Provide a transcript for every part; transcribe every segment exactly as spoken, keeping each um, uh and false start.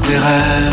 tes rêves.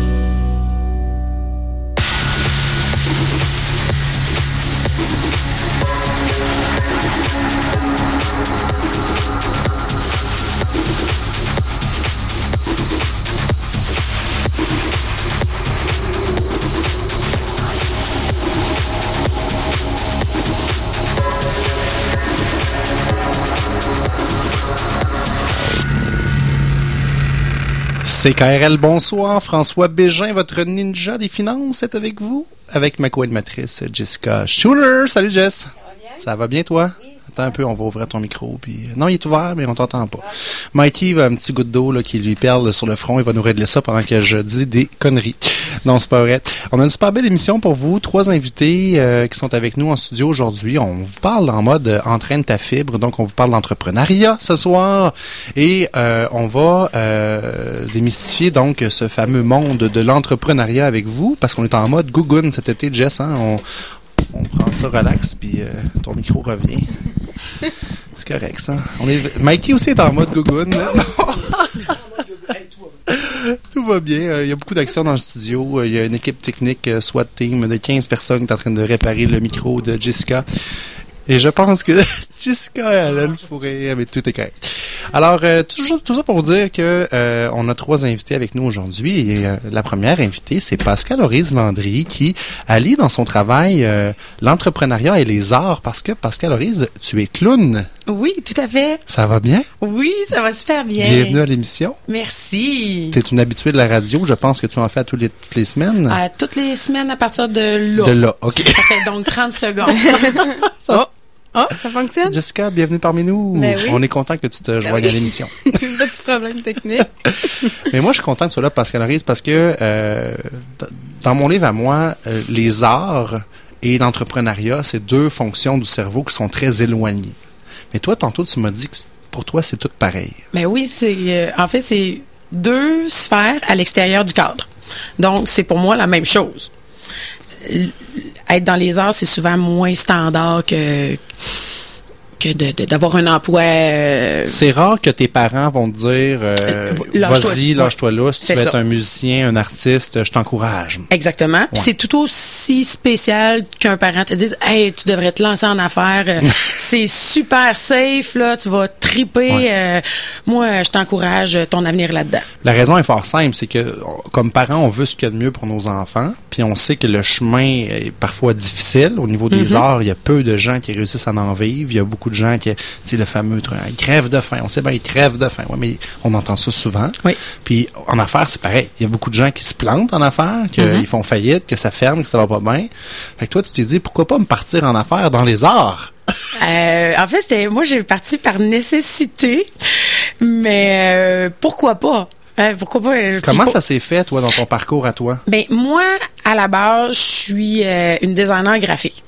C K R L, bonsoir. François Bégin, votre ninja des finances, est avec vous, avec ma co-animatrice Jessica Schooner. Salut Jess. Ça va bien? Ça va bien, toi? Oui. Attends un peu, on va ouvrir ton micro. Puis... Non, il est ouvert, mais on t'entend pas. Mikey a un petit goutte d'eau là, qui lui perle sur le front. Il va nous régler ça pendant que je dis des conneries. Non, c'est pas vrai. On a une super belle émission pour vous. Trois invités euh, qui sont avec nous en studio aujourd'hui. On vous parle en mode euh, entraîne ta fibre. Donc, on vous parle d'entrepreneuriat ce soir. Et euh, on va euh, démystifier donc ce fameux monde de l'entrepreneuriat avec vous parce qu'on est en mode gougoune cet été, Jess. Hein? On, on prend ça relax, puis euh, ton micro revient. C'est correct, ça. On est... Mikey aussi est en mode gougoune. Tout va bien. Il y a beaucoup d'actions dans le studio. Il y a une équipe technique SWAT team de quinze personnes qui est en train de réparer le micro de Jessica. Et je pense que Jessica, elle a le fourré, mais tout est correct. Alors, euh, toujours, tout ça pour dire que euh, on a trois invités avec nous aujourd'hui. Et euh, la première invitée, c'est Pascale-Aurise Landry qui allie dans son travail euh, l'entrepreneuriat et les arts. Parce que, Pascale-Aurise, tu es clown. Oui, tout à fait. Ça va bien? Oui, ça va super bien. Bienvenue à l'émission. Merci. Tu es une habituée de la radio. Je pense que tu en fais à tous les, toutes les semaines. À toutes les semaines à partir de là. De là, OK. Ça fait donc trente secondes. Ça, oh. Oh, ça fonctionne? Jessica, bienvenue parmi nous. Ben oui. On est content que tu te joignes ben oui. à l'émission. Petit problème technique. Mais moi, je suis content que tu sois là, Pascale-Aurise, parce que euh, dans mon livre à moi, euh, les arts et l'entrepreneuriat, c'est deux fonctions du cerveau qui sont très éloignées. Mais toi, tantôt, tu m'as dit que pour toi, c'est tout pareil. Ben oui, c'est euh, en fait, c'est deux sphères à l'extérieur du cadre. Donc, c'est pour moi la même chose. Être dans les arts, c'est souvent moins standard que que de, de, d'avoir un emploi. Euh... C'est rare que tes parents vont te dire euh, lâche-toi, vas-y, lâche-toi là, si tu veux être un musicien, un artiste, je t'encourage. Exactement. Ouais. Puis c'est tout aussi spécial qu'un parent te dise hey, tu devrais te lancer en affaires, c'est super safe là, tu vas triper. Ouais. Euh, moi, je t'encourage ton avenir là-dedans. La raison est fort simple, c'est que comme parents, on veut ce qu'il y a de mieux pour nos enfants, puis on sait que le chemin est parfois difficile au niveau des mm-hmm. arts, il y a peu de gens qui réussissent à en vivre, il y a beaucoup de gens qui, tu sais, le fameux truc, ils crèvent de faim. On sait bien, ils crèvent de faim. Ouais, mais on entend ça souvent. Oui. Puis, en affaires, c'est pareil. Il y a beaucoup de gens qui se plantent en affaires, qu'ils mm-hmm. font faillite, que ça ferme, que ça va pas bien. Fait que toi, tu t'es dit, pourquoi pas me partir en affaires dans les arts? euh, en fait, c'était, moi, j'ai parti par nécessité. Mais, euh, pourquoi pas? Euh, pourquoi pas? Comment ça s'est fait, toi, dans ton parcours à toi? Ben, moi, à la base, je suis euh, une designer graphique.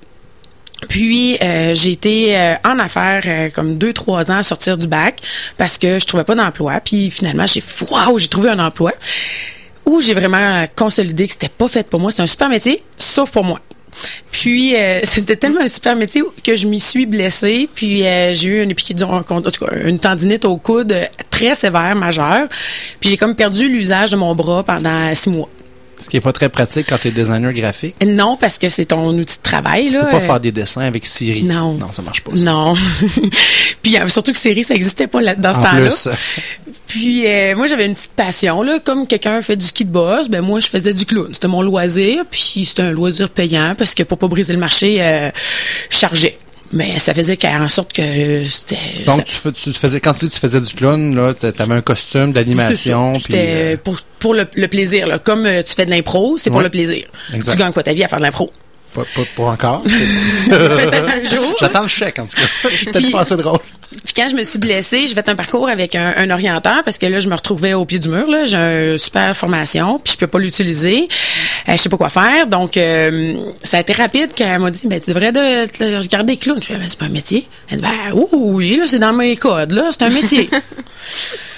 Puis, euh, j'ai été euh, en affaires euh, comme deux, trois ans à sortir du bac parce que je trouvais pas d'emploi. Puis, finalement, j'ai waouh, j'ai trouvé un emploi où j'ai vraiment consolidé que c'était pas fait pour moi. C'est un super métier, sauf pour moi. Puis, euh, c'était tellement un super métier que je m'y suis blessée. Puis, euh, j'ai eu une épiquidure, en tout cas, une tendinite au coude très sévère, majeure. Puis, j'ai comme perdu l'usage de mon bras pendant six mois. Ce qui est pas très pratique quand tu es designer graphique. Non, parce que c'est ton outil de travail. Tu là. peux pas faire des dessins avec Siri. Non. Non, ça marche pas. Ça. Non. Puis euh, surtout que Siri, ça existait pas là, dans ce en temps-là. Plus. Puis euh, moi, j'avais une petite passion. Là, comme quelqu'un fait du ski de boss, ben moi, je faisais du clown. C'était mon loisir. Puis c'était un loisir payant parce que pour pas briser le marché, euh, je chargeais. Mais ça faisait en sorte que c'était... Donc, ça... tu, fais, tu faisais, quand tu faisais du clown, là, t'avais un costume d'animation. C'était euh... pour, pour le, le plaisir. Là. Comme euh, tu fais de l'impro, c'est pour ouais. le plaisir. Exact. Tu gagnes pas ta vie à faire de l'impro. Pas, pas, pas encore. Peut-être un jour. J'attends le chèque, en tout cas. C'est peut-être pas assez drôle. Puis quand je me suis blessée, j'ai fait un parcours avec un, un orienteur parce que là, je me retrouvais au pied du mur. Là, j'ai une super formation, puis je peux pas l'utiliser. Euh, je sais pas quoi faire. Donc, euh, ça a été rapide quand elle m'a dit, ben tu devrais de, de regarder clown. Je fais, ben c'est pas un métier. Elle dit, ben oui, là, c'est dans mes codes. Là, c'est un métier.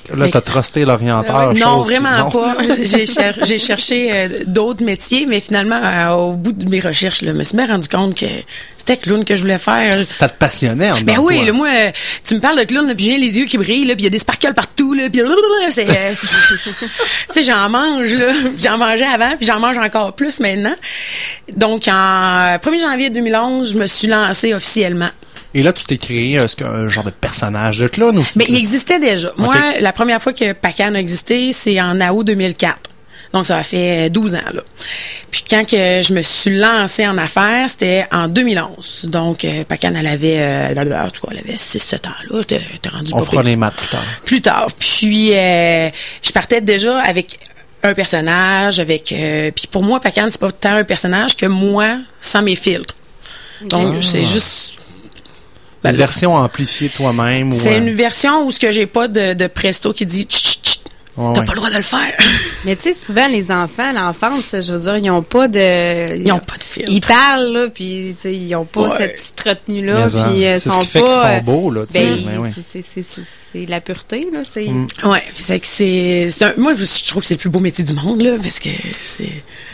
là, t'as trusté l'orienteur. Euh, non, vraiment qui, non. pas. J'ai, cher- j'ai cherché euh, d'autres métiers, mais finalement, euh, au bout de mes recherches, là, je me suis bien rendu compte que c'était clown que je voulais faire. Ça te passionnait, en Ben oui, toi. là, moi, euh, tu me parles de clown, là, puis j'ai les yeux qui brillent, là, puis il y a des sparkles partout, là, puis c'est, euh, c'est- tu sais, j'en mange, là, j'en mangeais avant, puis j'en mange encore plus maintenant. Donc, en premier janvier deux mille onze, je me suis lancée officiellement. Et là, tu t'es créé euh, ce que- un genre de personnage de clown aussi. Mais il existait déjà. Okay. Moi, la première fois que Pacan a existé, c'est en août deux mille quatre. Donc, ça a fait douze ans, là. Puis quand que je me suis lancée en affaires, c'était en deux mille onze. Donc, euh, Pacan, elle avait, euh, en tout cas, elle avait six sept ans, là. T'es, t'es rendu On pas fera pire. les maths plus tard. Plus tard. Puis, euh, je partais déjà avec un personnage, avec... Euh, puis pour moi, Pacan, c'est pas tant un personnage que moi, sans mes filtres. Donc, Ah. c'est juste... Une Ben, version amplifiée de toi-même. c'est ou, euh, une version où ce que j'ai pas de, de presto qui dit Chut, chut, chut, ouais, t'as ouais. pas le droit de le faire. Mais tu sais, souvent, les enfants, l'enfance, je veux dire, ils ont pas de... Ils ont pas de filtre. Ils parlent, là, puis tu sais, ils ont pas Ouais. cette petite retenue-là, Mais, hein, puis euh, c'est sont ce qui fait pas... qu'ils euh, sont beaux, là, tu sais. Ben, mais oui. c'est, c'est, c'est, c'est, c'est la pureté, là, c'est... Mm. Ouais, c'est que c'est, c'est un- moi je trouve que c'est le plus beau métier du monde là parce que c'est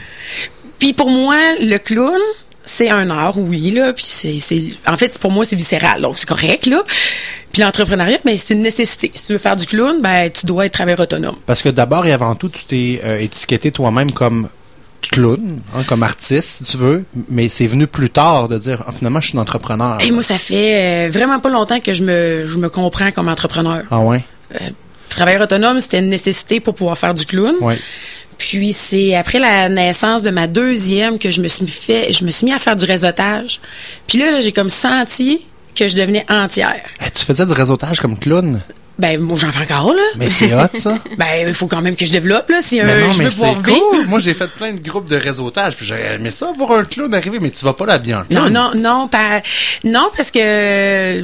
puis pour moi le clown c'est un art oui là puis c'est c'est en fait pour moi c'est viscéral donc c'est correct là. Puis l'entrepreneuriat ben c'est une nécessité. Si tu veux faire du clown ben tu dois être travailleur autonome. Parce que d'abord et avant tout, tu t'es euh, étiqueté toi-même comme clown, hein, comme artiste, si tu veux, mais c'est venu plus tard de dire ah, finalement je suis un entrepreneur. Et moi ça fait euh, vraiment pas longtemps que je me je me comprends comme entrepreneur. Ah ouais? Travailleur autonome, c'était une nécessité pour pouvoir faire du clown. Ouais. Puis c'est après la naissance de ma deuxième que je me suis fait, je me suis mis à faire du réseautage. Puis là, là j'ai comme senti que je devenais entière. Hey, tu faisais du réseautage comme clown? Ben moi j'en fais encore là. Mais c'est hot ça. Ben il faut quand même que je développe là si Mais euh, non, je mais veux c'est pouvoir vivre. cool. Moi, j'ai fait plein de groupes de réseautage, puis j'aurais aimé ça voir un clown arriver, mais tu vas pas là bien. Non non non pas non parce que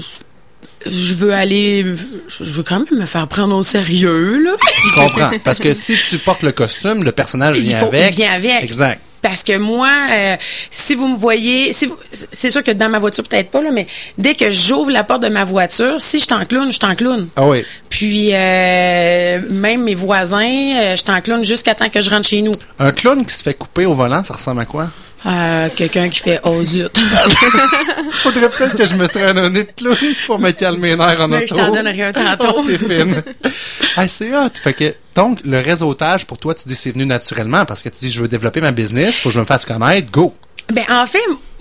je veux aller je veux quand même me faire prendre au sérieux là. Je comprends. Parce que si tu portes le costume, le personnage Il vient faut- avec. il vient avec. Exact. Parce que moi, euh, si vous me voyez, si vous- c'est sûr que dans ma voiture peut-être pas là, mais dès que j'ouvre la porte de ma voiture, si je suis en clown, je suis en clown. Ah oui. Puis euh, même mes voisins, euh, je suis en clown jusqu'à temps que je rentre chez nous. Un clown qui se fait couper au volant, ça ressemble à quoi? Euh, quelqu'un qui fait oh zut. Faudrait peut-être que je me traîne un nez de clown pour me calmer les nerfs en Mais auto. je t'en donnerai un tantôt. Oh, t'es fine. Ah, c'est hot. Fait que, donc, le réseautage, pour toi, tu dis c'est venu naturellement parce que tu dis je veux développer ma business, faut que je me fasse connaître, go. Ben en fait,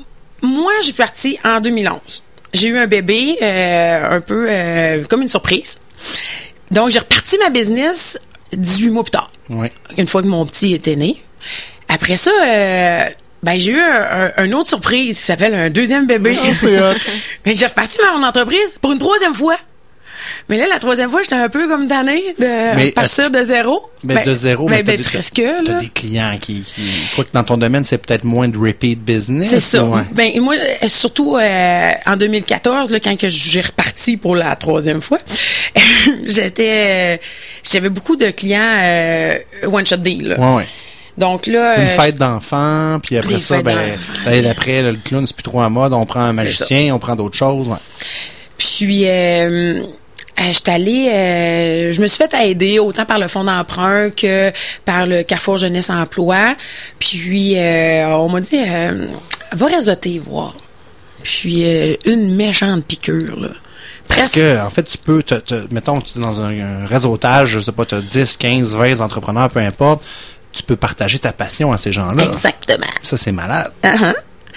moi je suis partie en deux mille onze. J'ai eu un bébé euh, un peu euh, comme une surprise. Donc j'ai reparti ma business dix-huit mois plus tard. Ouais. Une fois que mon petit était né. Après ça, euh, ben j'ai eu un, un, une autre surprise qui s'appelle un deuxième bébé. Ah, c'est hot. Fait que j'ai reparti mon entreprise pour une troisième fois. Mais là, la troisième fois, j'étais un peu comme tannée de Mais partir est-ce- de zéro. Ben, de zéro, ben, mais t'as ben, des- presque, T'as là. des clients qui, qui, quoi que dans ton domaine, c'est peut-être moins de repeat business. C'est ça. Ouais. Ben moi, euh, surtout euh, en deux mille quatorze, là, quand que j'ai reparti pour la troisième fois, j'étais, euh, j'avais beaucoup de clients euh, one shot deal. Là. Ouais, ouais. Donc là, Une euh, fête d'enfants, puis après Des ça, fêtes ben, d'enfants. l'année d'après, là, le clown, c'est plus trop en mode, on prend un C'est magicien, on prend d'autres choses, ouais. Puis, euh, euh, j'étais allée, euh, je me suis fait aider autant par le fonds d'emprunt que par le Carrefour Jeunesse Emploi. Puis, euh, on m'a dit, euh, va réseauter, voir. Puis, euh, une méchante piqûre, là. Parce Presque. que, en fait, tu peux, te, te, mettons, tu es dans un, un réseautage, je sais pas, tu as dix, quinze, vingt entrepreneurs, peu importe, tu peux partager ta passion à ces gens-là. Exactement. Ça, c'est malade. Uh-huh.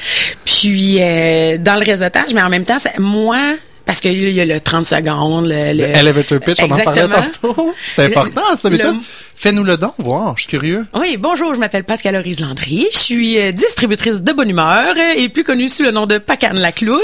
Puis, euh, dans le réseautage, mais en même temps, c'est moi... Parce qu'il y a le trente secondes, le... Le elevator pitch, on en parlait Exactement. tantôt. C'est important, ça. Mais Le- toi, fais-nous le don, voir. Je suis curieux. Oui, bonjour, je m'appelle Pascal Aurise Landry. Je suis euh, distributrice de bonne humeur euh, et plus connue sous le nom de Pacan la clown.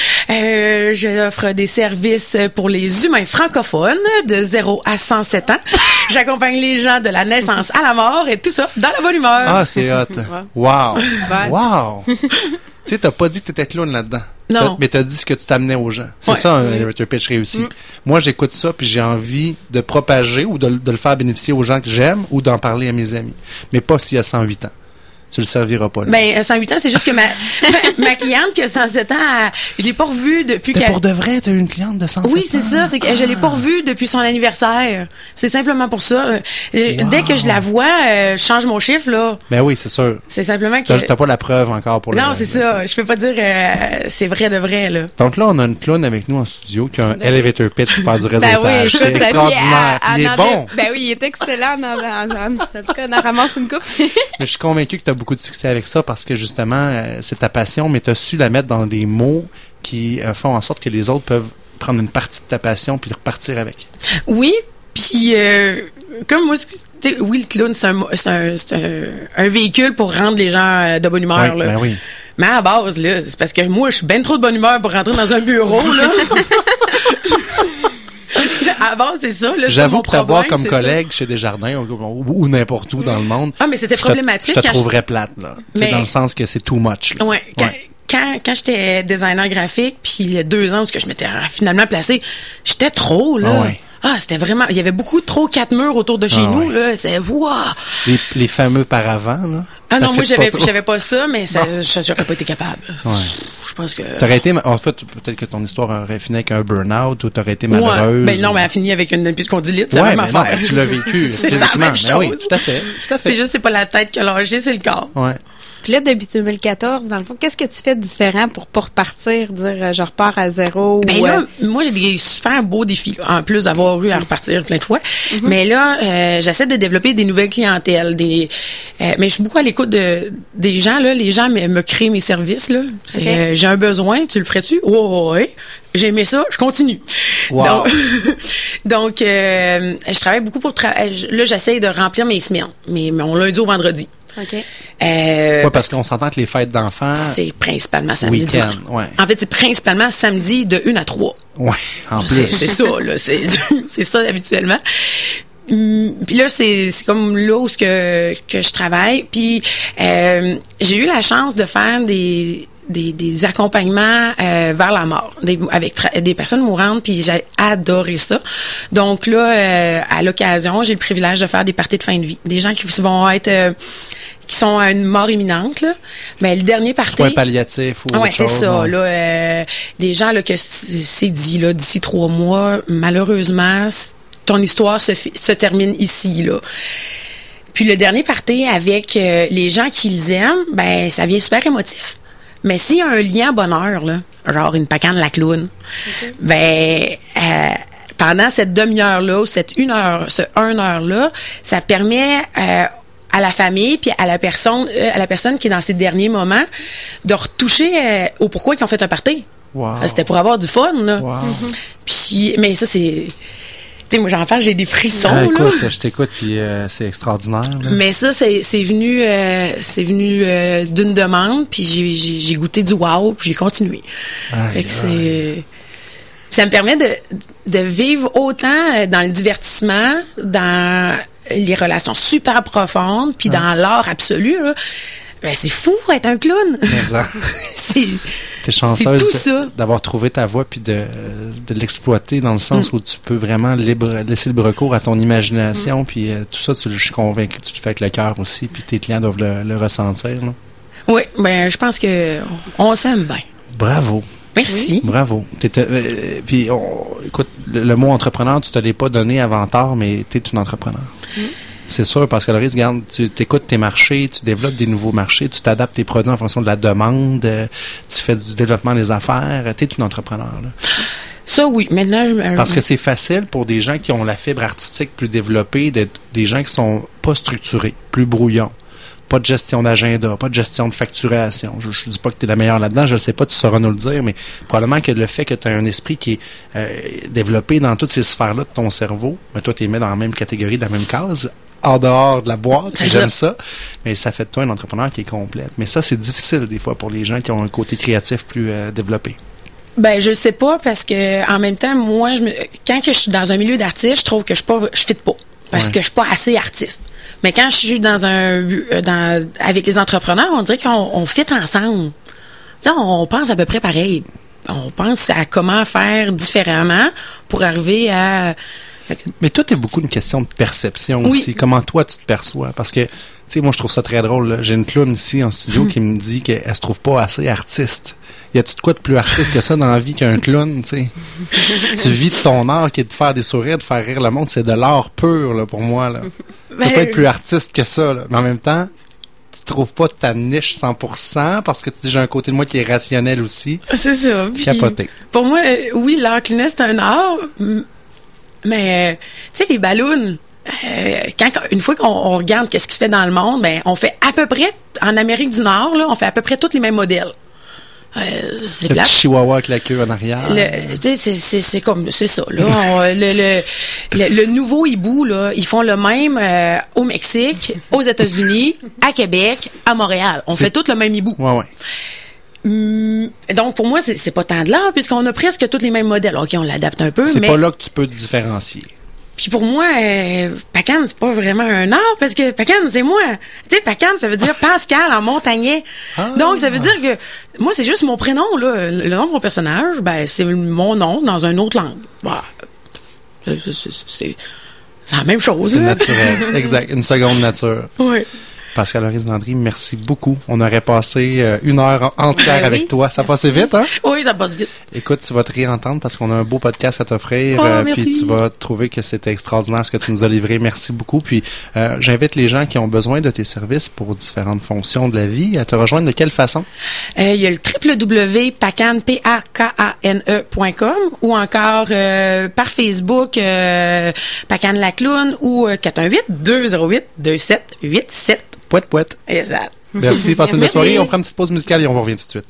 Euh, J'offre des services pour les humains francophones de zéro à cent sept ans. J'accompagne les gens de la naissance à la mort et tout ça dans la bonne humeur. Ah, c'est hot. Wow. Super. Wow. Tu sais, t'as pas dit que t'étais clown là-dedans. Non. T'as- Mais t'as dit ce que tu t'amenais aux gens. C'est Ouais. ça, un elevator pitch réussi. Moi, j'écoute ça, puis j'ai envie de propager ou de, de le faire bénéficier aux gens que j'aime ou d'en parler à mes amis. Mais pas s'il y a cent huit ans. tu le serviras pas. Là. Ben, cent huit ans, c'est juste que ma, ma, ma cliente qui a cent sept ans, elle, je l'ai pas revue depuis C'était qu'elle... pour de vrai, t'as eu une cliente de cent sept ans? Oui, c'est ça, c'est que ah. je l'ai pas revue depuis son anniversaire. C'est simplement pour ça. Wow. Dès que je la vois, euh, je change mon chiffre, là. Ben oui, c'est sûr. C'est simplement que... T'as, t'as pas la preuve encore pour le... Non, c'est ça. Je peux pas dire euh, c'est vrai de vrai, là. Donc là, on a une clown avec nous en studio qui a un ben elevator oui. pitch pour faire du réseautage. Ben oui, c'est extraordinaire. À, à, il à est bon. Ben oui, il est excellent. En, en, en, en tout cas, on en ramasse une coupe. Mais je suis convaincu que tu as beaucoup de succès avec ça parce que justement, euh, c'est ta passion, mais tu as su la mettre dans des mots qui euh, font en sorte que les autres peuvent prendre une partie de ta passion puis repartir avec. Oui, puis euh, comme moi, oui, le clown, c'est, un, c'est, un, c'est un, un véhicule pour rendre les gens de bonne humeur. Oui, là. Ben oui. Mais à la base, là, c'est parce que moi, je suis bien trop de bonne humeur pour rentrer dans un bureau, là. À la base, c'est ça. Là, j'avoue que t'avoir comme collègue ça. Chez Desjardins ou, ou, ou n'importe où dans le monde. Ah, mais c'était problématique. Je te, je te trouverais je... plate, là. Mais... dans le sens que c'est too much. Là. Ouais. Quand, ouais. Quand, quand j'étais designer graphique, puis il y a deux ans où je m'étais finalement placée, j'étais trop, là. Ah, ouais. Ah, c'était vraiment... Il y avait beaucoup trop quatre murs autour de chez ah, nous, ouais. là. C'est... Wow! Les, les fameux paravents, là. Ah non, moi, j'avais, j'avais pas ça, mais ça, j'aurais pas été capable. Ouais. Je pense que... T'aurais été... En fait, peut-être que ton histoire aurait fini avec un burn-out ou t'aurais été malheureuse. Ouais, ben non, ou... mais elle a fini avec une épiscondylite, c'est ouais, la même affaire. Non, tu l'as vécu c'est physiquement. la même chose. Oui, tout à fait, tout à fait. C'est juste, c'est pas la tête qui a lâché, c'est le corps. Ouais. Puis là, depuis deux mille quatorze, dans le fond, qu'est-ce que tu fais de différent pour pas repartir, dire euh, je repars à zéro? Ben ou, là, euh... moi, j'ai des super beaux défis, là, en plus d'avoir eu à repartir plein de fois. Mm-hmm. Mais là, euh, j'essaie de développer des nouvelles clientèles. Des, euh, mais je suis beaucoup à l'écoute de des gens. Là, les gens me, me créent mes services. Là. C'est, okay. euh, j'ai un besoin, tu le ferais-tu? Oh, ouais. J'ai aimé ça, je continue. Wow. Donc, donc euh, je travaille beaucoup pour... Tra- là, j'essaie de remplir mes semaines, mes, mon lundi au vendredi. OK. Euh, oui, parce qu'on s'entend que les fêtes d'enfants... C'est principalement samedi. Week-end, ouais. En fait, c'est principalement samedi de une à trois. Oui, en c'est, plus. C'est ça, là. C'est, c'est ça, habituellement. Puis là, c'est, c'est comme là où que, que je travaille. Puis euh, j'ai eu la chance de faire des... Des, des accompagnements euh, vers la mort, des, avec tra- des personnes mourantes, puis j'ai adoré ça. Donc là, euh, à l'occasion, j'ai le privilège de faire des parties de fin de vie. Des gens qui vont être... Euh, qui sont à une mort imminente, là. Mais le dernier party... Soins palliatifs ou ouais, autre c'est chose, ça, ouais. là. Euh, des gens, là, que c'est dit, là, d'ici trois mois, malheureusement, ton histoire se, fi- se termine ici, là. Puis le dernier party avec euh, les gens qu'ils aiment, ben ça vient super émotif. Mais s'il y a un lien bonheur, là, genre une pacane la clown, okay. ben euh, pendant cette demi-heure-là ou cette une heure, ce une heure-là, ça permet euh, à la famille puis à la personne, euh, à la personne qui est dans ses derniers moments, de retoucher euh, au pourquoi ils ont fait un party. Wow. C'était pour avoir du fun, là. Wow. Mm-hmm. Puis, mais ça c'est Tu sais, moi, j'en parle, j'ai des frissons, ah, écoute, là. Je t'écoute, puis euh, c'est extraordinaire, là. Mais ça, c'est, c'est venu, euh, c'est venu euh, d'une demande, puis j'ai, j'ai, j'ai goûté du wow, puis j'ai continué. Aïe, fait que c'est... aïe. Ça me permet de, de vivre autant dans le divertissement, dans les relations super profondes, puis ah. dans l'art absolu, là. Ben, c'est fou être un clown. c'est... T'es chanceuse de, d'avoir trouvé ta voie puis de, de l'exploiter dans le sens mm. où tu peux vraiment libre, laisser libre cours à ton imagination mm. puis euh, tout ça, tu, je suis convaincu que tu le fais avec le cœur aussi puis tes clients doivent le, le ressentir. Là. Oui, ben je pense que on s'aime bien. Bravo. Merci. Bravo. Euh, puis, on, écoute, le, le mot entrepreneur, tu te l'as pas donné avant tard, mais tu es une entrepreneur. Mm. C'est sûr, parce que Loris, regarde, tu écoutes tes marchés, tu développes des nouveaux marchés, tu t'adaptes tes produits en fonction de la demande, euh, tu fais du développement des affaires, tu es une entrepreneur. Là. Ça, oui. Maintenant, je... Parce que c'est facile pour des gens qui ont la fibre artistique plus développée, d'être des gens qui sont pas structurés, plus brouillons. Pas de gestion d'agenda, pas de gestion de facturation. Je ne dis pas que tu es la meilleure là-dedans, je ne sais pas, tu sauras nous le dire, mais probablement que le fait que tu as un esprit qui est euh, développé dans toutes ces sphères-là de ton cerveau, mais toi, tu les mets dans la même catégorie, dans la même case, en dehors de la boîte, c'est j'aime ça. ça, mais ça fait de toi un entrepreneur qui est complète. Mais ça, c'est difficile des fois pour les gens qui ont un côté créatif plus euh, développé. Ben je sais pas parce que en même temps, moi, je me, quand que je suis dans un milieu d'artiste, je trouve que je suis pas, je fit pas parce ouais. que je suis pas assez artiste. Mais quand je suis dans un, dans avec les entrepreneurs, on dirait qu'on on fit ensemble. Tu sais, on pense à peu près pareil. On pense à comment faire différemment pour arriver à Mais tout est beaucoup une question de perception Oui. aussi. Comment toi, tu te perçois? Parce que, tu sais, moi, je trouve ça très drôle. Là. J'ai une clown ici en studio qui me dit qu'elle se trouve pas assez artiste. Y a-tu de quoi de plus artiste que ça dans la vie qu'un clown, tu sais? Tu vis de ton art qui est de faire des sourires, de faire rire le monde. C'est de l'art pur, là, pour moi, là. Tu peux Ben, pas être plus artiste que ça, là. Mais en même temps, tu trouves pas ta niche cent pour cent parce que tu dis, j'ai un côté de moi qui est rationnel aussi. C'est ça. Puis, Capoté. pour moi, euh, oui, l'art culinaire, c'est un art, m- mais, euh, tu sais, les ballons, euh, quand, une fois qu'on on regarde qu'est-ce qui se fait dans le monde, ben, on fait à peu près, en Amérique du Nord, là, on fait à peu près tous les mêmes modèles. Euh, c'est Le plate. petit chihuahua avec la queue en arrière. Le, tu sais, c'est, c'est, c'est comme, c'est ça, là. On, le, le, le, le nouveau hibou, là, ils font le même euh, au Mexique, aux États-Unis, à Québec, à Montréal. On C'est- fait tous le même hibou. Ouais, ouais. Hum, donc, pour moi, c'est, c'est pas tant de l'art, puisqu'on a presque tous les mêmes modèles. OK, on l'adapte un peu, C'est mais... pas là que tu peux te différencier. Puis pour moi, euh, Pacan, c'est pas vraiment un art, parce que Pacan, c'est moi. Tu sais, Pacan, ça veut dire Pascal en montagnais. Ah. Donc, ça veut dire que moi, c'est juste mon prénom, là. Le nom de mon personnage, ben, c'est mon nom dans une autre langue. Bah, c'est, c'est, c'est, c'est, c'est la même chose, C'est là. naturel. Exact. Une seconde nature. Oui. Pascal Horis Landry, merci beaucoup. On aurait passé euh, une heure en- entière Ben avec oui, toi. Ça merci. passait vite, hein? Oui, ça passe vite. Écoute, tu vas te réentendre parce qu'on a un beau podcast à t'offrir. Oh, euh, merci. puis tu vas trouver que c'était extraordinaire ce que tu nous as livré. Merci beaucoup. Puis euh, j'invite les gens qui ont besoin de tes services pour différentes fonctions de la vie à te rejoindre de quelle façon? Euh, il y a le w w w point pacan p a k a n e point com ou encore euh, par Facebook euh, Pacan la clown ou euh, quatre un huit, deux zéro huit, deux sept huit sept. Pouette, pouette. Exact. Merci. Passez une bonne Merci. soirée. On prend une petite pause musicale et on revient tout de suite.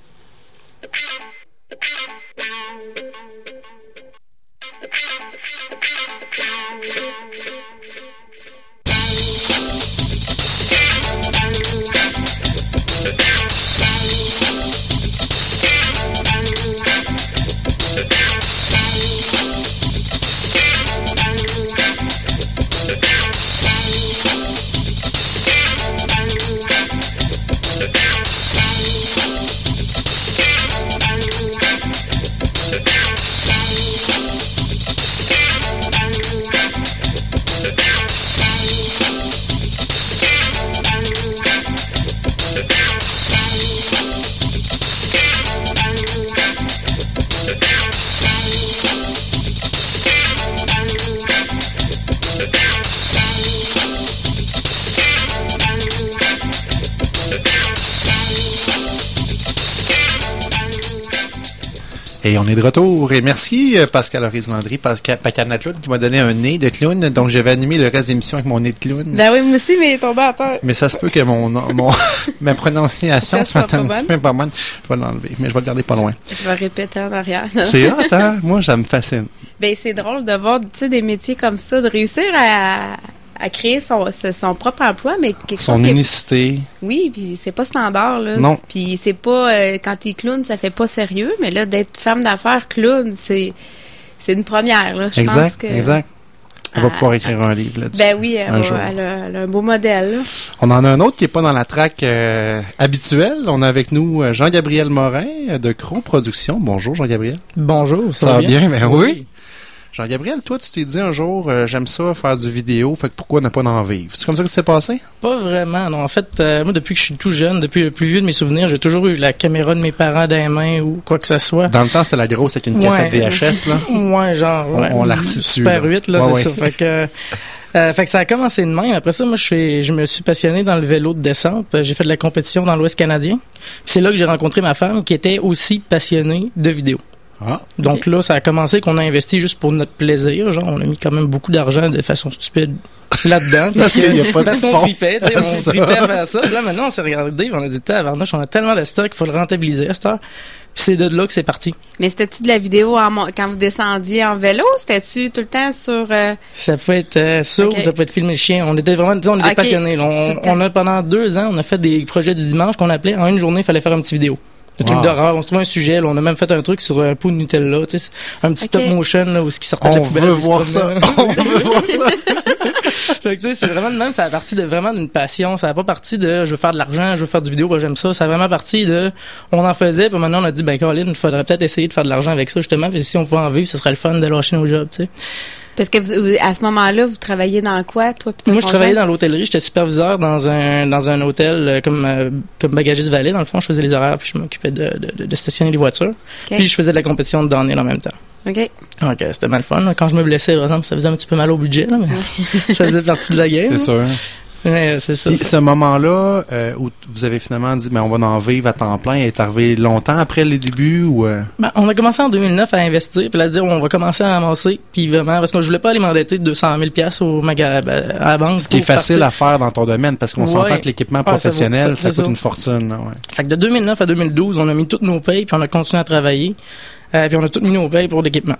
Et on est de retour. Et merci euh, Pascal Horis Landry, Pascal Pacan la clown, qui m'a donné un nez de clown. Donc, j'avais animé le reste de l'émission avec mon nez de clown. Ben oui, moi aussi, mais il est tombé à terre. Mais ça se peut que mon, mon ma prononciation Ça soit soit un pas petit bonne. peu pas bonne. Je vais l'enlever, mais je vais le garder pas loin. Je vais répéter en arrière. C'est hot, hein? Moi, ça me fascine. Ben c'est drôle de voir, tu sais, des métiers comme ça, de réussir à, à créer son, son propre emploi, mais quelque Son chose qui est- unicité. Oui, puis c'est pas standard, là. Non. Puis c'est pas... euh, quand t'es clown, ça fait pas sérieux, mais là, d'être femme d'affaires clown, c'est c'est une première, là. Je pense Exact, que... exact. On va Ah, pouvoir écrire un livre là-dessus. Ben oui, elle, Un va- jour. elle a, elle a un beau modèle, là. On en a un autre qui est pas dans la track euh, habituelle. On a avec nous euh, Jean-Gabriel Morin euh, de Crow Productions. Bonjour Jean-Gabriel. Bonjour, ça, Ça va bien? Ben oui. Oui. Jean-Gabriel, toi, tu t'es dit un jour, euh, j'aime ça faire du vidéo, fait que pourquoi ne pas en vivre? C'est comme ça que ça s'est passé? Pas vraiment, non. En fait, euh, moi, depuis que je suis tout jeune, depuis le plus vieux de mes souvenirs, j'ai toujours eu la caméra de mes parents dans les mains ou quoi que ce soit. Dans le temps, c'est la grosse avec une Ouais. cassette V H S, là. Ouais, genre, On- ouais, on la resitue, Super là. huit, là, Ouais, c'est ouais. ça. Fait que, euh, fait que ça a commencé de même. Après ça, moi, je fais, je me suis passionné dans le vélo de descente. J'ai fait de la compétition dans l'Ouest canadien. Puis c'est là que j'ai rencontré ma femme qui était aussi passionnée de vidéo. Ah, Donc là, ça a commencé qu'on a investi juste pour notre plaisir. Genre, on a mis quand même beaucoup d'argent de façon stupide là-dedans. Parce qu'il y a pas de parce qu'on fond. tripait, tu sais, on Ça. tripait à faire ça. Puis là, maintenant, on s'est regardé, puis on a dit, tabarnouche, on a tellement de stock, il faut le rentabiliser à cette heure. Puis c'est de là que c'est parti. Mais c'était-tu de la vidéo en mon- quand vous descendiez en vélo? C'était-tu tout le temps sur... euh, Ça peut être euh, ça, Ok. ou ça peut être filmer le chien. On était vraiment, tu sais, on était Ok. passionnés. là. Tout On, le temps. on a, pendant deux ans, on a fait des projets du dimanche qu'on appelait, en une journée, il fallait faire un petit vidéo. Le Wow. truc d'horreur, on se trouvait un sujet, là, on a même fait un truc sur un pot de Nutella, tu sais, un petit Ok. stop motion, là, où ce qui sortait de on la poubelle. veut puis se voir ça. promenait. On veut voir ça. Fait que, tu sais, c'est vraiment de même, ça a parti de vraiment d'une passion. Ça a pas parti de je veux faire de l'argent, je veux faire du vidéo, ben, j'aime ça. Ça a vraiment parti de on en faisait, puis maintenant on a dit ben Colin, il faudrait peut-être essayer de faire de l'argent avec ça justement, puis si on pouvait en vivre, ce serait le fun de lâcher nos jobs, tu sais. Parce que vous, à ce moment-là, vous travailliez dans quoi, toi? Puis Moi, je travaillais dans l'hôtellerie. J'étais superviseur dans un dans un hôtel euh, comme euh, comme bagagiste valet. Dans le fond, je faisais les horaires puis je m'occupais de, de, de stationner les voitures. Okay. Puis je faisais de la compétition de downhill en même temps. OK. Donc, c'était mal fun. Quand je me blessais, par exemple, ça faisait un petit peu mal au budget, là, mais ça faisait partie de la game. C'est sûr. Ouais, c'est ça. Et ce moment-là, euh, où vous avez finalement dit, ben, on va en vivre à temps plein, est arrivé longtemps après les débuts ou? Euh... Ben, on a commencé en deux mille neuf à investir, puis à se dire, on va commencer à ramasser, puis vraiment, parce que je voulais pas aller m'endetter de deux cent mille dollars au maga- ben, à la banque. Ce qui est facile partir. à faire dans ton domaine, parce qu'on ouais. s'entend que l'équipement professionnel, ah, ça, ça, ça coûte ça. une fortune. Là, ouais. Fait que de deux mille neuf à deux mille douze, on a mis toutes nos payes, puis on a continué à travailler, euh, puis on a toutes mis nos payes pour l'équipement.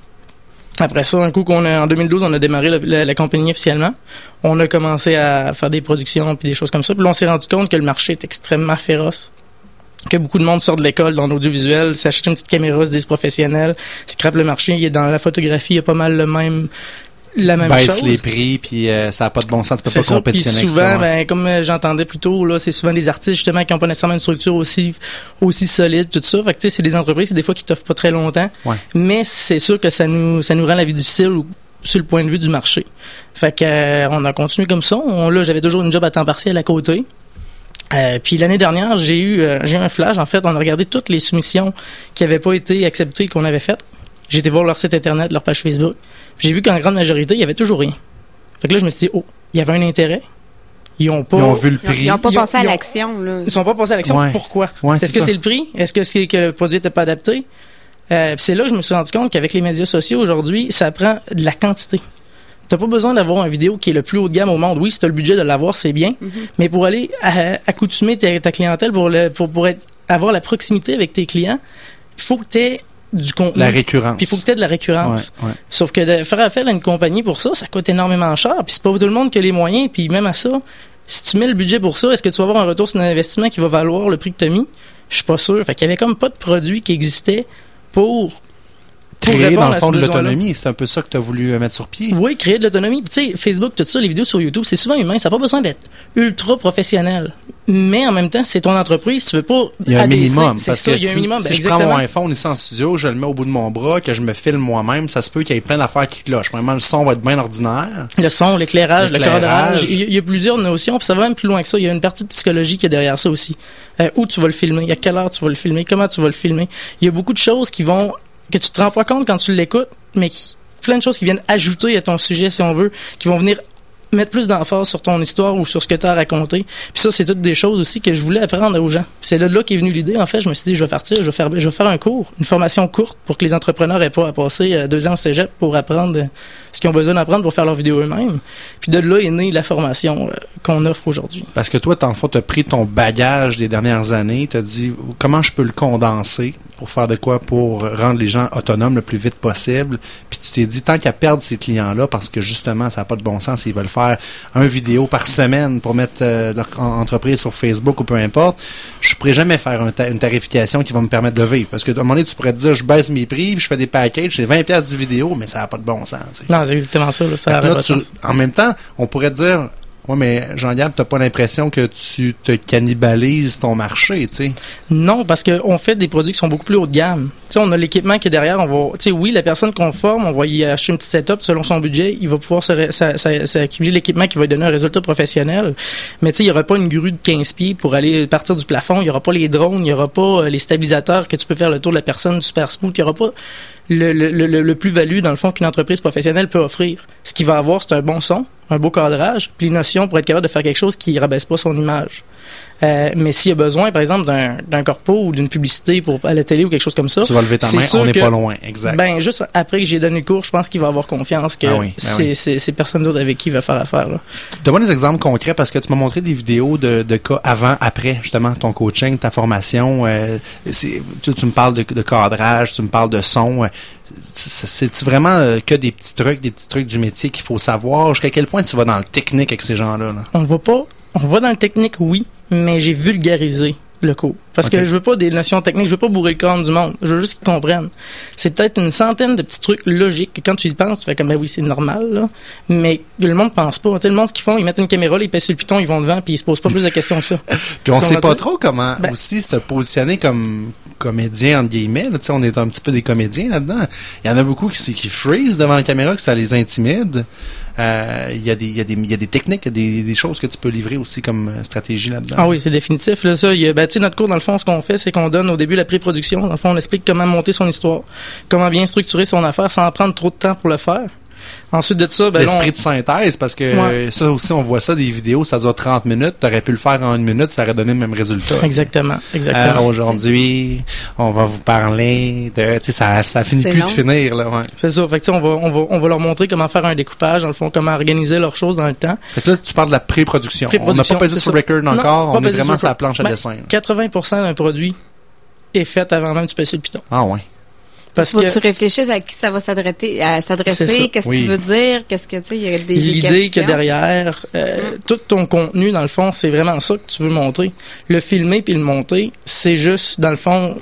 Après ça, un coup qu'on a, en deux mille douze, on a démarré la, la, la compagnie officiellement. On a commencé à faire des productions puis des choses comme ça. Puis là, on s'est rendu compte que le marché est extrêmement féroce. Que beaucoup de monde sort de l'école dans l'audiovisuel, s'achète une petite caméra, se disent professionnels, scrape le marché. Il est dans la photographie, il y a pas mal le même... la même baisse chose. les prix, puis euh, ça n'a pas de bon sens, tu peux c'est pas ça, compétitionner puis souvent, avec ça. Hein. Ben, comme euh, j'entendais plus tôt, là, c'est souvent des artistes justement qui n'ont pas nécessairement une structure aussi aussi solide, tout ça. Fait que tu sais, c'est des entreprises, c'est des fois qui t'offrent pas très longtemps. Ouais. Mais c'est sûr que ça nous ça nous rend la vie difficile sur le point de vue du marché. Fait que euh, on a continué comme ça. On, là, j'avais toujours une job à temps partiel à côté. Euh, puis l'année dernière, j'ai eu euh, j'ai eu un flash. En fait, on a regardé toutes les soumissions qui n'avaient pas été acceptées qu'on avait faites. J'ai été voir leur site internet, leur page Facebook. J'ai vu qu'en grande majorité, il y avait toujours rien. Fait que là, je me suis dit, oh, il y avait un intérêt. Ils ont pas... Ils ont vu le prix. Ils n'ont pas ils ont, pensé à ils ont, l'action, là. Ils sont pas passés à l'action. Ouais. Pourquoi? Ouais, Est-ce c'est que ça. c'est le prix? Est-ce que c'est que le produit n'était pas adapté? Euh, c'est là que je me suis rendu compte qu'avec les médias sociaux aujourd'hui, ça prend de la quantité. T'as pas besoin d'avoir une vidéo qui est le plus haut de gamme au monde. Oui, si t'as le budget de l'avoir, c'est bien. Mm-hmm. Mais pour aller à, accoutumer ta, ta clientèle, pour, le, pour, pour être, avoir la proximité avec tes clients, il faut que t'aies du contenu. La récurrence. Puis il faut que tu aies de la récurrence. Ouais, ouais. Sauf que de faire appel à une compagnie pour ça, ça coûte énormément cher. Puis c'est pas tout le monde qui a les moyens. Puis même à ça, si tu mets le budget pour ça, est-ce que tu vas avoir un retour sur un investissement qui va valoir le prix que tu as mis? Je suis pas sûr. Fait qu'il y avait comme pas de produit qui existait pour... Créer dans le fond de l'autonomie, c'est un peu ça que tu as voulu mettre sur pied. Oui, créer de l'autonomie. Tu sais, Facebook, tout ça, les vidéos sur YouTube, c'est souvent humain. Ça n'a pas besoin d'être ultra professionnel. Mais en même temps, c'est ton entreprise, tu veux pas. Il y a un minimum. C'est parce ça, que il y a si, un minimum. si Ben, je exactement. prends mon iPhone ici en studio, je le mets au bout de mon bras, que je me filme moi-même, ça se peut qu'il y ait plein d'affaires qui clochent. Premièrement, le son va être bien ordinaire. Le son, l'éclairage, l'éclairage. le cadrage. Il y, a, il y a plusieurs notions, puis ça va même plus loin que ça. Il y a une partie de psychologie qui est derrière ça aussi. Euh, où tu vas le filmer, à quelle heure tu vas le filmer, comment tu vas le filmer. Il y a beaucoup de choses qui vont que tu te rends pas compte quand tu l'écoutes, mais qui, plein de choses qui viennent ajouter à ton sujet, si on veut, qui vont venir mettre plus d'emphase sur ton histoire ou sur ce que tu as raconté. Puis ça, c'est toutes des choses aussi que je voulais apprendre aux gens. Puis c'est là, là qu'est venue l'idée. En fait, je me suis dit, je vais partir, je vais faire, je vais faire un cours, une formation courte pour que les entrepreneurs aient pas à passer deux ans au cégep pour apprendre ce qu'ils ont besoin d'apprendre pour faire leur vidéo eux-mêmes. Puis de là est née la formation euh, qu'on offre aujourd'hui. Parce que toi, en fait, tu as pris ton bagage des dernières années, tu as dit, comment je peux le condenser pour faire de quoi pour rendre les gens autonomes le plus vite possible. Puis tu t'es dit, tant qu'à perdre ces clients-là, parce que justement, ça n'a pas de bon sens, ils veulent faire un vidéo par semaine pour mettre euh, leur entreprise sur Facebook ou peu importe, je ne pourrais jamais faire un ta- une tarification qui va me permettre de vivre. Parce qu'à un moment donné, tu pourrais te dire, je baisse mes prix, puis je fais des packages, c'est vingt dollars du vidéo, mais ça n'a pas de bon sens. T'sais. Non, c'est exactement ça. Là, ça là, tu, en même temps, on pourrait te dire, ouais, mais Jean-Gab, t'as pas l'impression que tu te cannibalises ton marché, tu sais? Non, parce qu'on fait des produits qui sont beaucoup plus haut de gamme. Tu sais, on a l'équipement qui est derrière. On va, tu sais, oui, la personne qu'on forme, on va y acheter une petite setup selon son budget. Il va pouvoir se, ça, ça, ça acquérir l'équipement qui va lui donner un résultat professionnel. Mais tu sais, il y aura pas une grue de quinze pieds pour aller partir du plafond. Il y aura pas les drones. Il y aura pas les stabilisateurs que tu peux faire le tour de la personne super smooth. Il y aura pas le, le, le, le plus-value, dans le fond, qu'une entreprise professionnelle peut offrir. Ce qu'il va avoir, c'est un bon son, un beau cadrage, puis les notions pour être capable de faire quelque chose qui ne rabaisse pas son image. Euh, mais s'il y a besoin, par exemple, d'un, d'un corpo ou d'une publicité pour à la télé ou quelque chose comme ça, tu vas lever ta main, on n'est pas loin, exact. Ben, juste après que j'ai donné le cours, je pense qu'il va avoir confiance que ah oui, ben c'est, oui. c'est, c'est personne d'autre avec qui il va faire affaire. Là. Donne-moi des exemples concrets parce que tu m'as montré des vidéos de, de cas avant, après, justement, ton coaching, ta formation. Euh, c'est, tu, tu me parles de, de cadrage, tu me parles de son. Euh, c'est-tu vraiment euh, que des petits trucs, des petits trucs du métier qu'il faut savoir? Jusqu'à quel point tu vas dans le technique avec ces gens-là? Là? On va pas. On va dans le technique, oui, mais j'ai vulgarisé le cours. Parce okay. que je veux pas des notions techniques, je veux pas bourrer le corps du monde. Je veux juste qu'ils comprennent. C'est peut-être une centaine de petits trucs logiques que quand tu y penses, tu fais comme, ben oui, c'est normal, là. Mais le monde pense pas. Tu sais, le monde, ce qu'ils font, ils mettent une caméra, là, ils pèsent sur le piton, ils vont devant, puis ils se posent pas plus de questions que ça. Puis on Donc, sait pas tu... trop comment ben... aussi se positionner comme comédien, entre guillemets. Tu sais, on est un petit peu des comédiens là-dedans. Il y en a beaucoup qui, qui freeze devant la caméra, que ça les intimide. Euh, il y a des, il y a des, il y a des techniques, il y a des, des choses que tu peux livrer aussi comme stratégie là-dedans. Ah oui, c'est définitif. Là, ça, il y a, ben, tu sais, notre cours, dans le fond, ce qu'on fait, c'est qu'on donne au début la pré-production. Dans le fond, on explique comment monter son histoire, comment bien structurer son affaire sans prendre trop de temps pour le faire. Ensuite de ça, ben l'esprit on... de synthèse, parce que ouais. ça aussi, on voit ça, des vidéos, ça dure trente minutes, t'aurais pu le faire en une minute, ça aurait donné le même résultat. Exactement, exactement. Euh, aujourd'hui, on va vous parler de, tu sais, ça, ça finit plus long. de finir, là, ouais. C'est ça, fait que tu sais, on va, on va, on va leur montrer comment faire un découpage, dans le fond, comment organiser leurs choses dans le temps. Fait que là, tu parles de la pré-production. On n'a pas pesé sur record encore, non, on est vraiment sur la planche à ben, dessin. Là. quatre-vingts pour cent d'un produit est fait avant même que tu pèses sur le piton. Ah ouais. Parce que tu réfléchisses à qui ça va s'adresser, à s'adresser, qu'est-ce oui. que tu veux dire, qu'est-ce que tu sais, il y a des l'idée qu'il y a derrière, euh, mm. tout ton contenu dans le fond, c'est vraiment ça que tu veux montrer. Le filmer puis le monter, c'est juste dans le fond,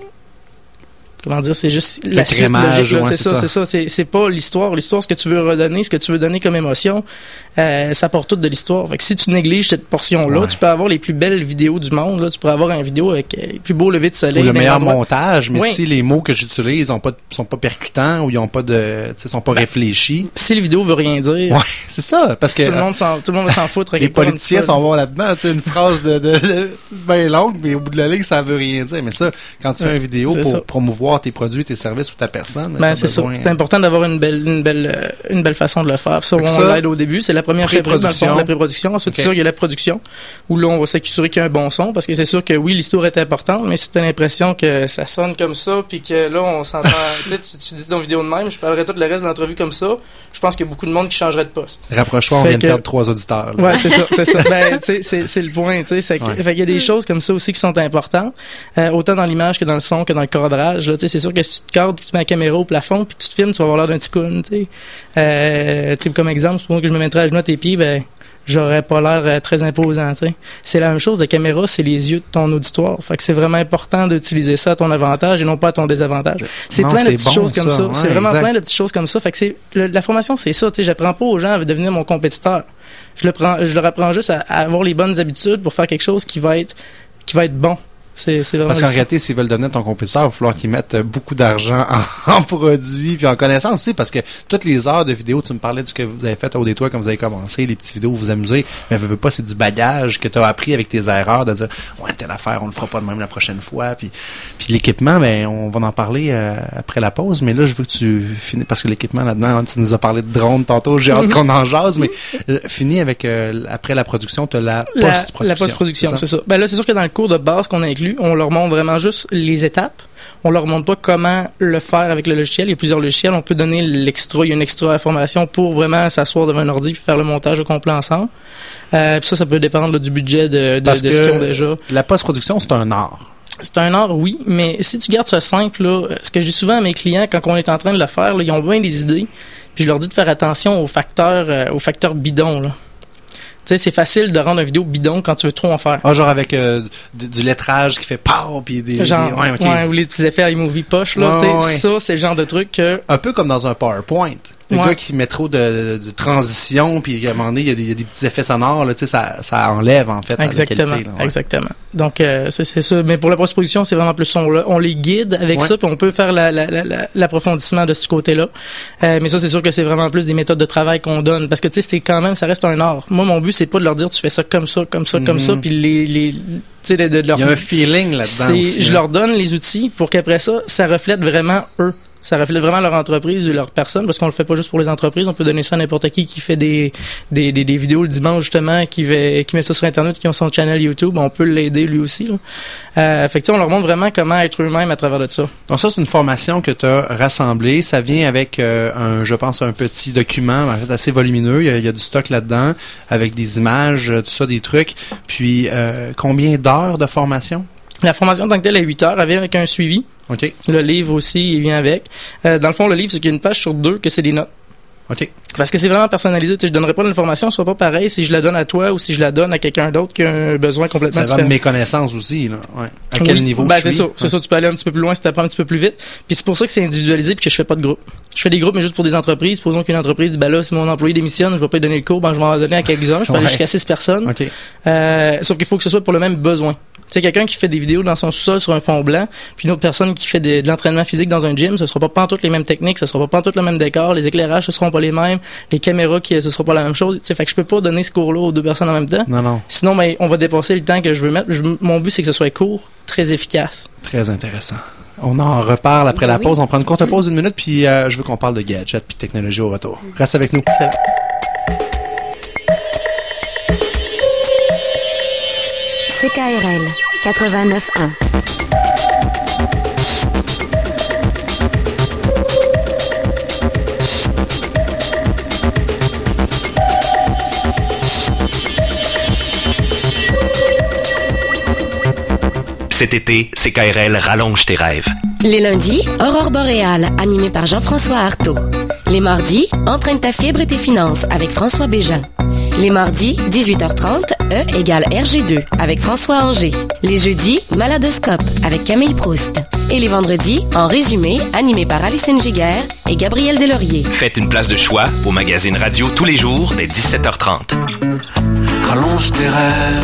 comment dire, c'est juste la suite logique. Ouais, c'est, c'est ça, ça, c'est ça. C'est, c'est pas l'histoire. L'histoire, ce que tu veux redonner, ce que tu veux donner comme émotion, euh, ça porte tout de l'histoire. Fait que si tu négliges cette portion-là, ouais. tu peux avoir les plus belles vidéos du monde. Là, tu pourrais avoir une vidéo avec les plus beaux levées de soleil. Ou le meilleur montage, mais oui. si les mots que j'utilise ont pas, sont pas percutants ou ils ont pas de, tu sais, sont pas ben, réfléchis. Si les vidéos veut rien dire. Ouais, c'est ça, parce que tout le monde s'en, tout le monde va s'en foutre. Les politiciens sont bons là-dedans. Tu sais, une phrase de, de, de bien longue, mais au bout de la ligne, ça veut rien dire. Mais ça, quand tu fais une vidéo pour ça. promouvoir tes produits, tes services ou ta personne. Ben, c'est besoin... ça. C'est important d'avoir une belle, une belle, une belle façon de le faire. Puis ça, on ça, l'aide au début. C'est la première chapitre dans le fond de la pré-production. Ensuite, okay. sûr, il y a la production, où là, on va s'assurer qu'il y a un bon son, parce que c'est sûr que oui, l'histoire est importante, mais si t'as l'impression que ça sonne comme ça, puis que là, on s'entend, tu sais, tu, tu dis dans une vidéo de même, je parlerai tout le reste de l'entrevue comme ça, je pense qu'il y a beaucoup de monde qui changerait de poste. Rapproche-toi, on vient que... de perdre trois auditeurs. Là. Ouais, c'est ça, c'est ça. Ben, tu sais, c'est, c'est le point, tu sais. C'est... Ouais. Fait qu'il y a des choses comme ça aussi qui sont importantes, euh, autant dans l'image que dans le son, que dans le cadrage, là, tu sais, c'est sûr que si tu te cadres, tu mets la caméra au plafond, puis tu te filmes, tu vas avoir l'air d'un ticoun, tu sais. Euh, tu sais, comme exemple, pour moi que je me mettrais à genoux à tes pieds, ben, j'aurais pas l'air euh, très imposant, tu sais. C'est la même chose, la caméra, c'est les yeux de ton auditoire. Fait que c'est vraiment important d'utiliser ça à ton avantage et non pas à ton désavantage. C'est non, plein c'est de petites bon, choses ça. comme ça. Ouais, c'est vraiment exact. plein de petites choses comme ça. Fait que c'est, le, la formation, c'est ça, tu sais. J'apprends pas aux gens à devenir mon compétiteur. Je le prends, je leur apprends juste à, à avoir les bonnes habitudes pour faire quelque chose qui va être, qui va être bon. C'est, c'est Parce qu'en réalité, s'ils veulent donner à ton compétiteur, il va falloir qu'ils mettent beaucoup d'argent en, en produits puis en connaissance aussi, parce que toutes les heures de vidéos, tu me parlais de ce que vous avez fait au détour quand vous avez commencé, les petites vidéos, vous vous amusez, mais veux, veux pas, c'est du bagage que tu as appris avec tes erreurs, de dire ouais, telle affaire, on le fera pas de même la prochaine fois, puis puis l'équipement, ben on va en parler euh, après la pause, mais là je veux que tu finisses, parce que l'équipement là-dedans, tu nous as parlé de drone tantôt, j'ai hâte qu'on en jase, mais euh, finis avec euh, après la production, tu as la post-production. La, la post-production, c'est ça? c'est ça. Ben là, c'est sûr que dans le cours de base qu'on a inclus, on leur montre vraiment juste les étapes. On leur montre pas comment le faire avec le logiciel. Il y a plusieurs logiciels. On peut donner l'extra. Il y a une extra information pour vraiment s'asseoir devant un ordi et faire le montage au complet ensemble. Euh, puis ça, ça peut dépendre là, du budget de, de, de ce qu'ils ont déjà. La post-production, c'est un art. C'est un art, oui, mais si tu gardes ça simple, là, ce que je dis souvent à mes clients quand on est en train de le faire, là, ils ont bien des idées. Puis je leur dis de faire attention aux facteurs, euh, aux facteurs bidons, là. Tu sais, c'est facile de rendre une vidéo bidon quand tu veux trop en faire. Ah, genre avec euh, du, du lettrage qui fait pow, puis des... Genre, des, ouais, okay. ouais, ou les petits effets iMovie poche, là, ouais, tu sais, ouais. ça, c'est le genre de truc que... Un peu comme dans un PowerPoint. Le ouais. gars qui met trop de, de transition, puis à un moment donné, il y a des, il y a des petits effets sonores, là, tu sais, ça, ça enlève, en fait, exactement, la qualité. Là, ouais. Exactement. Donc, euh, c'est, c'est ça. Mais pour la post-production, c'est vraiment plus son là. On les guide avec ouais. ça, puis on peut faire la, la, la, la, l'approfondissement de ce côté-là. Euh, mais ça, c'est sûr que c'est vraiment plus des méthodes de travail qu'on donne. Parce que, tu sais, c'est quand même, ça reste un art. Moi, mon but, c'est pas de leur dire, tu fais ça comme ça, comme ça, mm-hmm. comme ça, puis les... les tu sais, de, de leur... Il y a un feeling là-dedans c'est, aussi. Je hein. leur donne les outils pour qu'après ça, ça reflète vraiment eux. Ça reflète vraiment leur entreprise ou leur personne, parce qu'on le fait pas juste pour les entreprises. On peut donner ça à n'importe qui qui fait des des, des, des vidéos le dimanche, justement, qui, va, qui met ça sur Internet, qui ont son channel YouTube. On peut l'aider lui aussi. Là. Euh, fait que, tu sais, on leur montre vraiment comment être eux-mêmes à travers de ça. Donc ça, c'est une formation que tu as rassemblée. Ça vient avec, euh, un, je pense, un petit document, en fait, assez volumineux. Il y a, il y a du stock là-dedans, avec des images, tout ça, des trucs. Puis, euh, combien d'heures de formation? La formation en tant que telle, à huit heures, elle vient avec un suivi. OK. Le livre aussi, il vient avec. Euh, dans le fond, le livre, c'est qu'il y a une page sur deux que c'est des notes. OK. Parce que c'est vraiment personnalisé. Tu sais, je donnerais pas l'information, soit pas pareil si je la donne à toi ou si je la donne à quelqu'un d'autre qui a un besoin complètement Ça différent. va de mes connaissances aussi, là. Ouais. À quel Oui. niveau ben, je c'est suis. ça. Ouais. C'est ça. Tu peux aller un petit peu plus loin si tu apprends un petit peu plus vite. Puis c'est pour ça que c'est individualisé puis que je fais pas de groupe. Je fais des groupes, mais juste pour des entreprises. Supposons qu'une entreprise dit, ben là, si mon employé démissionne, je vais pas lui donner le cours, ben je vais en donner à quelques-uns. Je peux Ouais. aller jusqu'à six personnes. OK. Euh, sauf qu'il faut que ce soit pour le même besoin. Tu sais, quelqu'un qui fait des vidéos dans son sous-sol sur un fond blanc, puis une autre personne qui fait de, de l'entraînement physique dans un gym, ce sera pas pantoute les mêmes techniques, ce sera pas pantoute le même décor, les éclairages ce seront pas les mêmes, les caméras qui ce sera pas la même chose. Tu sais, fait que je peux pas donner ce cours-là aux deux personnes en même temps. Non, non. Sinon, ben, on va dépasser le temps que je veux mettre. Je- mon but, c'est que ce soit court, très efficace. Très intéressant. On en reparle après Ben la oui. pause. On prend une courte pause d'une minute, puis euh, je veux qu'on parle de gadgets puis technologie au retour. Reste avec nous. Excellent. C K R L quatre-vingt-neuf un. Cet été, C K R L rallonge tes rêves. Les lundis, Aurore boréale, animée par Jean-François Artaud. Les mardis, Entraîne ta fièvre et tes finances avec François Bégin. Les mardis, dix-huit heures trente, E égale R G deux avec François Anger. Les jeudis, Maladoscope avec Camille Proust. Et les vendredis, En résumé, animé par Alison Giguère et Gabriel Delaurier. Faites une place de choix au magazine radio tous les jours dès dix-sept heures trente. Rallonge tes rêves.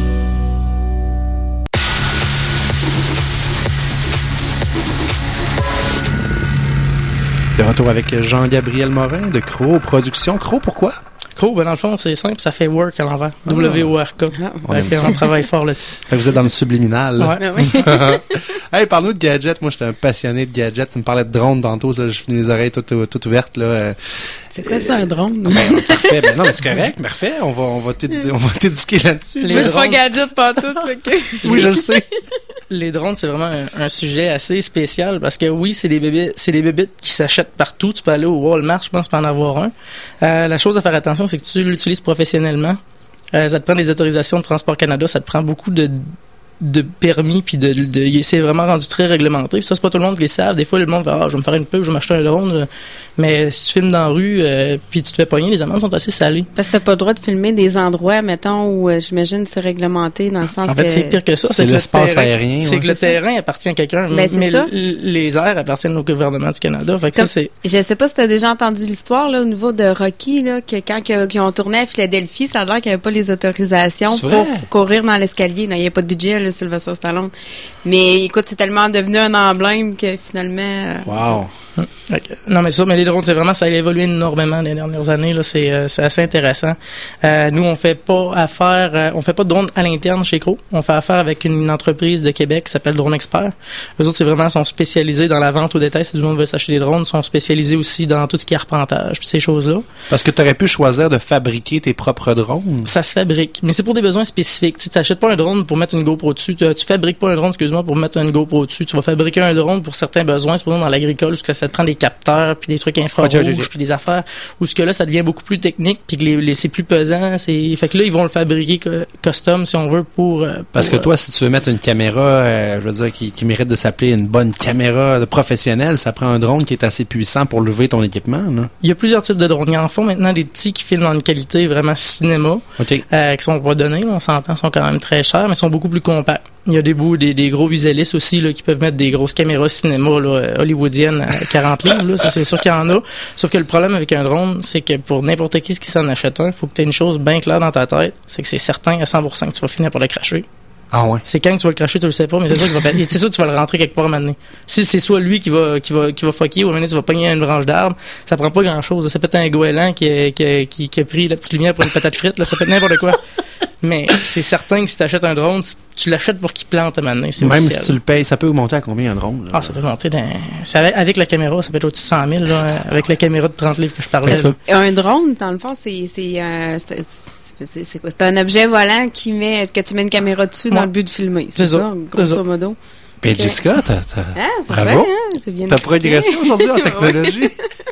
De retour avec Jean-Gabriel Morin de Crow Productions. Crow, pourquoi? Cool, ben dans le fond, c'est simple, ça fait work à l'envers. Ah. W O R K. On Fait aime que ça. on travaille fort là-dessus. Fait que vous êtes dans le subliminal. là. Ouais. Ah oui. Hey, parle-nous de gadgets. Moi, j'étais un passionné de gadgets. Tu me parlais de drones tantôt. Ça, je finis les oreilles toutes, toutes ouvertes. Là. Euh, C'est quoi ça, un drone? ben, parfait. Ben, non, mais c'est correct. Parfait. On va, on va t'édu- on va t'éduquer là-dessus. Les Moi, je Jess. suis pas drones. gadget pantoute, fait que... Oui, je le sais. Les drones, c'est vraiment un, un sujet assez spécial parce que oui, c'est des bébés, c'est des bébites qui s'achètent partout. Tu peux aller au Walmart, je pense, pour en avoir un. Euh, la chose à faire attention, c'est que tu l'utilises professionnellement. Euh, ça te prend des autorisations de Transport Canada, ça te prend beaucoup de de permis puis de, de c'est vraiment rendu très réglementé. Puis ça, c'est pas tout le monde qui les savent. Des fois, le monde va ah, je vais me faire une pub, je vais m'acheter un drone. Mais si tu filmes dans la rue euh, puis tu te fais pogner, les amendes sont assez salées. Parce que t'as pas le droit de filmer des endroits, mettons, où euh, j'imagine c'est réglementé dans le sens En fait, que... c'est pire que ça. C'est que le l'espace terrain- aérien, C'est ouais. que le C'est ça. terrain appartient à quelqu'un, Ben, c'est mais ça. l- les airs appartiennent au gouvernement du Canada. Fait que C'est ça, c'est Je sais pas si t'as déjà entendu l'histoire là au niveau de Rocky là que quand que- qu'ils ont tourné à Philadelphie, ça a l'air qu'il n'y avait pas les autorisations C'est pour vrai? courir dans l'escalier. Non, il n'y a pas de budget là, Sylvester Stallone. Mais écoute, c'est tellement devenu un emblème que finalement. euh, Wow. Fait que- Non, mais ça, mais les drones, c'est vraiment, ça a évolué énormément les dernières années. Là, c'est, euh, c'est assez intéressant. Euh, nous, on fait pas affaire, euh, on fait pas de drones à l'interne chez Crow. On fait affaire avec une entreprise de Québec qui s'appelle Drone Expert. Eux autres, c'est vraiment, sont spécialisés dans la vente au détail. Si du monde veut s'acheter des drones, sont spécialisés aussi dans tout ce qui est arpentage, puis ces choses-là. Parce que tu aurais pu choisir de fabriquer tes propres drones. Ça se fabrique, mais c'est pour des besoins spécifiques. Tu n'achètes pas un drone pour mettre une GoPro dessus. Tu, tu fabriques pas un drone, excuse-moi, pour mettre une GoPro dessus. Tu vas fabriquer un drone pour certains besoins, c'est pour exemple dans l'agricole, parce que ça te prend des capteurs, puis des trucs infrarouges, Ok, ok, ok. puis des affaires, où ce que là, ça devient beaucoup plus technique, puis que les, les- c'est plus pesant. C'est... Fait que là, ils vont le fabriquer co- custom, si on veut, pour... euh, Parce que pour, toi, si tu veux mettre une caméra, euh, je veux dire, qui, qui mérite de s'appeler une bonne caméra de professionnelle, ça prend un drone qui est assez puissant pour lever ton équipement, là. Il y a plusieurs types de drones. Il y en font maintenant des petits qui filment en une qualité vraiment cinéma, OK. euh, qui sont pas donnés, là, on s'entend, sont quand même très chers, mais sont beaucoup plus compacts. Il y a des bouts, des, des gros visualistes aussi là, qui peuvent mettre des grosses caméras cinéma là, hollywoodiennes à quarante livres. Là, ça, c'est sûr qu'il y en a. Sauf que le problème avec un drone, c'est que pour n'importe qui qui s'en achète un, il faut que tu aies une chose bien claire dans ta tête, c'est que c'est certain à cent pour cent que tu vas finir par le cracher. Ah ouais. C'est quand que tu vas le cracher, tu le sais pas, mais c'est sûr qu'il va péter. C'est sûr que tu vas le rentrer quelque part à un moment donné. Si c'est soit lui qui va qui va qui va fucker ou à un moment donné, tu vas pogner une branche d'arbre, ça prend pas grand chose. Ça peut être un goéland qui a, qui, a, qui, qui a pris la petite lumière pour une patate frite, là, ça peut être n'importe quoi. Mais c'est certain que si tu achètes un drone, tu l'achètes pour qu'il plante à un moment donné. C'est Même officiel. si tu le payes, ça peut augmenter à combien un drone? Là? Ah, ça peut monter dans... c'est avec, avec la caméra, ça peut être au-dessus de cent mille, là, avec la caméra de trente livres que je parlais. Ouais, ça- là. Un drone, dans le fond, c'est c'est euh, c'est c'est- c'est quoi? C'est un objet volant qui met que tu mets une caméra dessus dans Ouais. le but de filmer. C'est C'est ça. ça, C'est grosso ça. modo. Ben, Ok. Jessica, t'as, t'as, Ah, Bravo. bien, hein? C'est bien t'as expliqué. progressé aujourd'hui en technologie.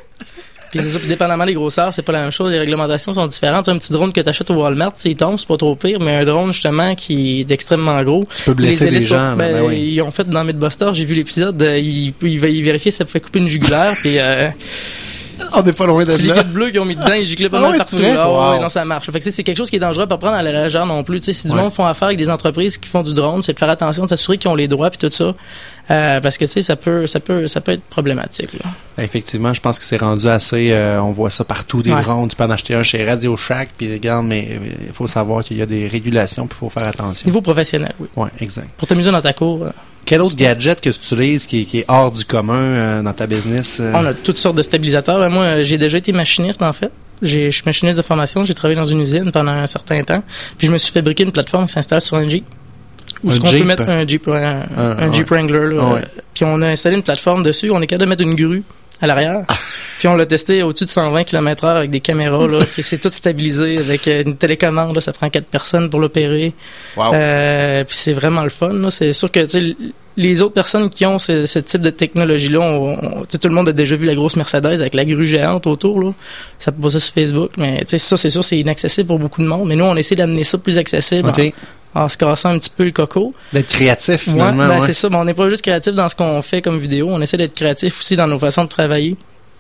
Puis c'est ça, puis dépendamment des grosseurs, c'est pas la même chose, les réglementations sont différentes. Tu sais, un petit drone que tu achètes au Walmart, c'est tombe, c'est pas trop pire, mais un drone justement qui est extrêmement gros. Tu peux blesser les des hélices- gens. là, ben, ben oui. Ils ont fait dans Mythbusters, j'ai vu l'épisode, euh, ils, ils, ils vérifiaient si ça pouvait couper une jugulaire, puis euh, On n'est pas loin de C'est là. liquide bleu qu'ils ont mis dedans, ils giclaient pas Ah mal ouais, partout. c'est vrai? Ah Wow. ouais, non, ça marche. Fait que c'est quelque chose qui est dangereux à pas prendre à la légère non plus. Tu sais, si du Ouais. monde font affaire avec des entreprises qui font du drone, c'est de faire attention, de s'assurer qu'ils ont les droits puis tout ça. Euh, parce que tu sais, ça peut, ça peut, ça peut être problématique. Là. Effectivement, je pense que c'est rendu assez. Euh, on voit ça partout, des Ouais. drones. Tu peux en acheter un chez Radio Shack, puis regarde, mais il faut savoir qu'il y a des régulations, puis il faut faire attention. Niveau professionnel, oui. Ouais, exact. Pour t'amuser dans ta cour, euh, Quel autre gadget que tu utilises qui, est- qui est hors du commun euh, dans ta business? euh? on a toutes sortes de stabilisateurs. Ben, moi, euh, j'ai déjà été machiniste en fait. J'ai- Je suis machiniste de formation. J'ai travaillé dans une usine pendant un certain temps. Puis je me suis fabriqué une plateforme qui s'installe sur un Jeep. Où Un est-ce qu'on Jeep? peut mettre un Jeep, ouais, un, Ah, un ouais. Jeep Wrangler. Là, Ah, ouais. euh, Puis on a installé une plateforme dessus. On est capable de mettre une grue à l'arrière. Puis on l'a testé au-dessus de cent vingt kilomètres heure avec des caméras. Là, puis c'est tout stabilisé avec euh, une télécommande. Là, ça prend quatre personnes pour l'opérer. Wow. Euh, puis c'est vraiment le fun. Là. C'est sûr que tu sais, l- les autres personnes qui ont ce, ce type de technologie-là, on, on- tu sais, tout le monde a déjà vu la grosse Mercedes avec la grue géante autour. Là. Ça peut passer sur Facebook. Mais tu sais, ça, c'est sûr, c'est inaccessible pour beaucoup de monde. Mais nous, on essaie d'amener ça plus accessible OK. en, en se cassant un petit peu le coco. D'être créatif, Ouais, finalement. ben, ouais. c'est ça. Mais on n'est pas juste créatif dans ce qu'on fait comme vidéo. On essaie d'être créatif aussi dans nos façons de travailler,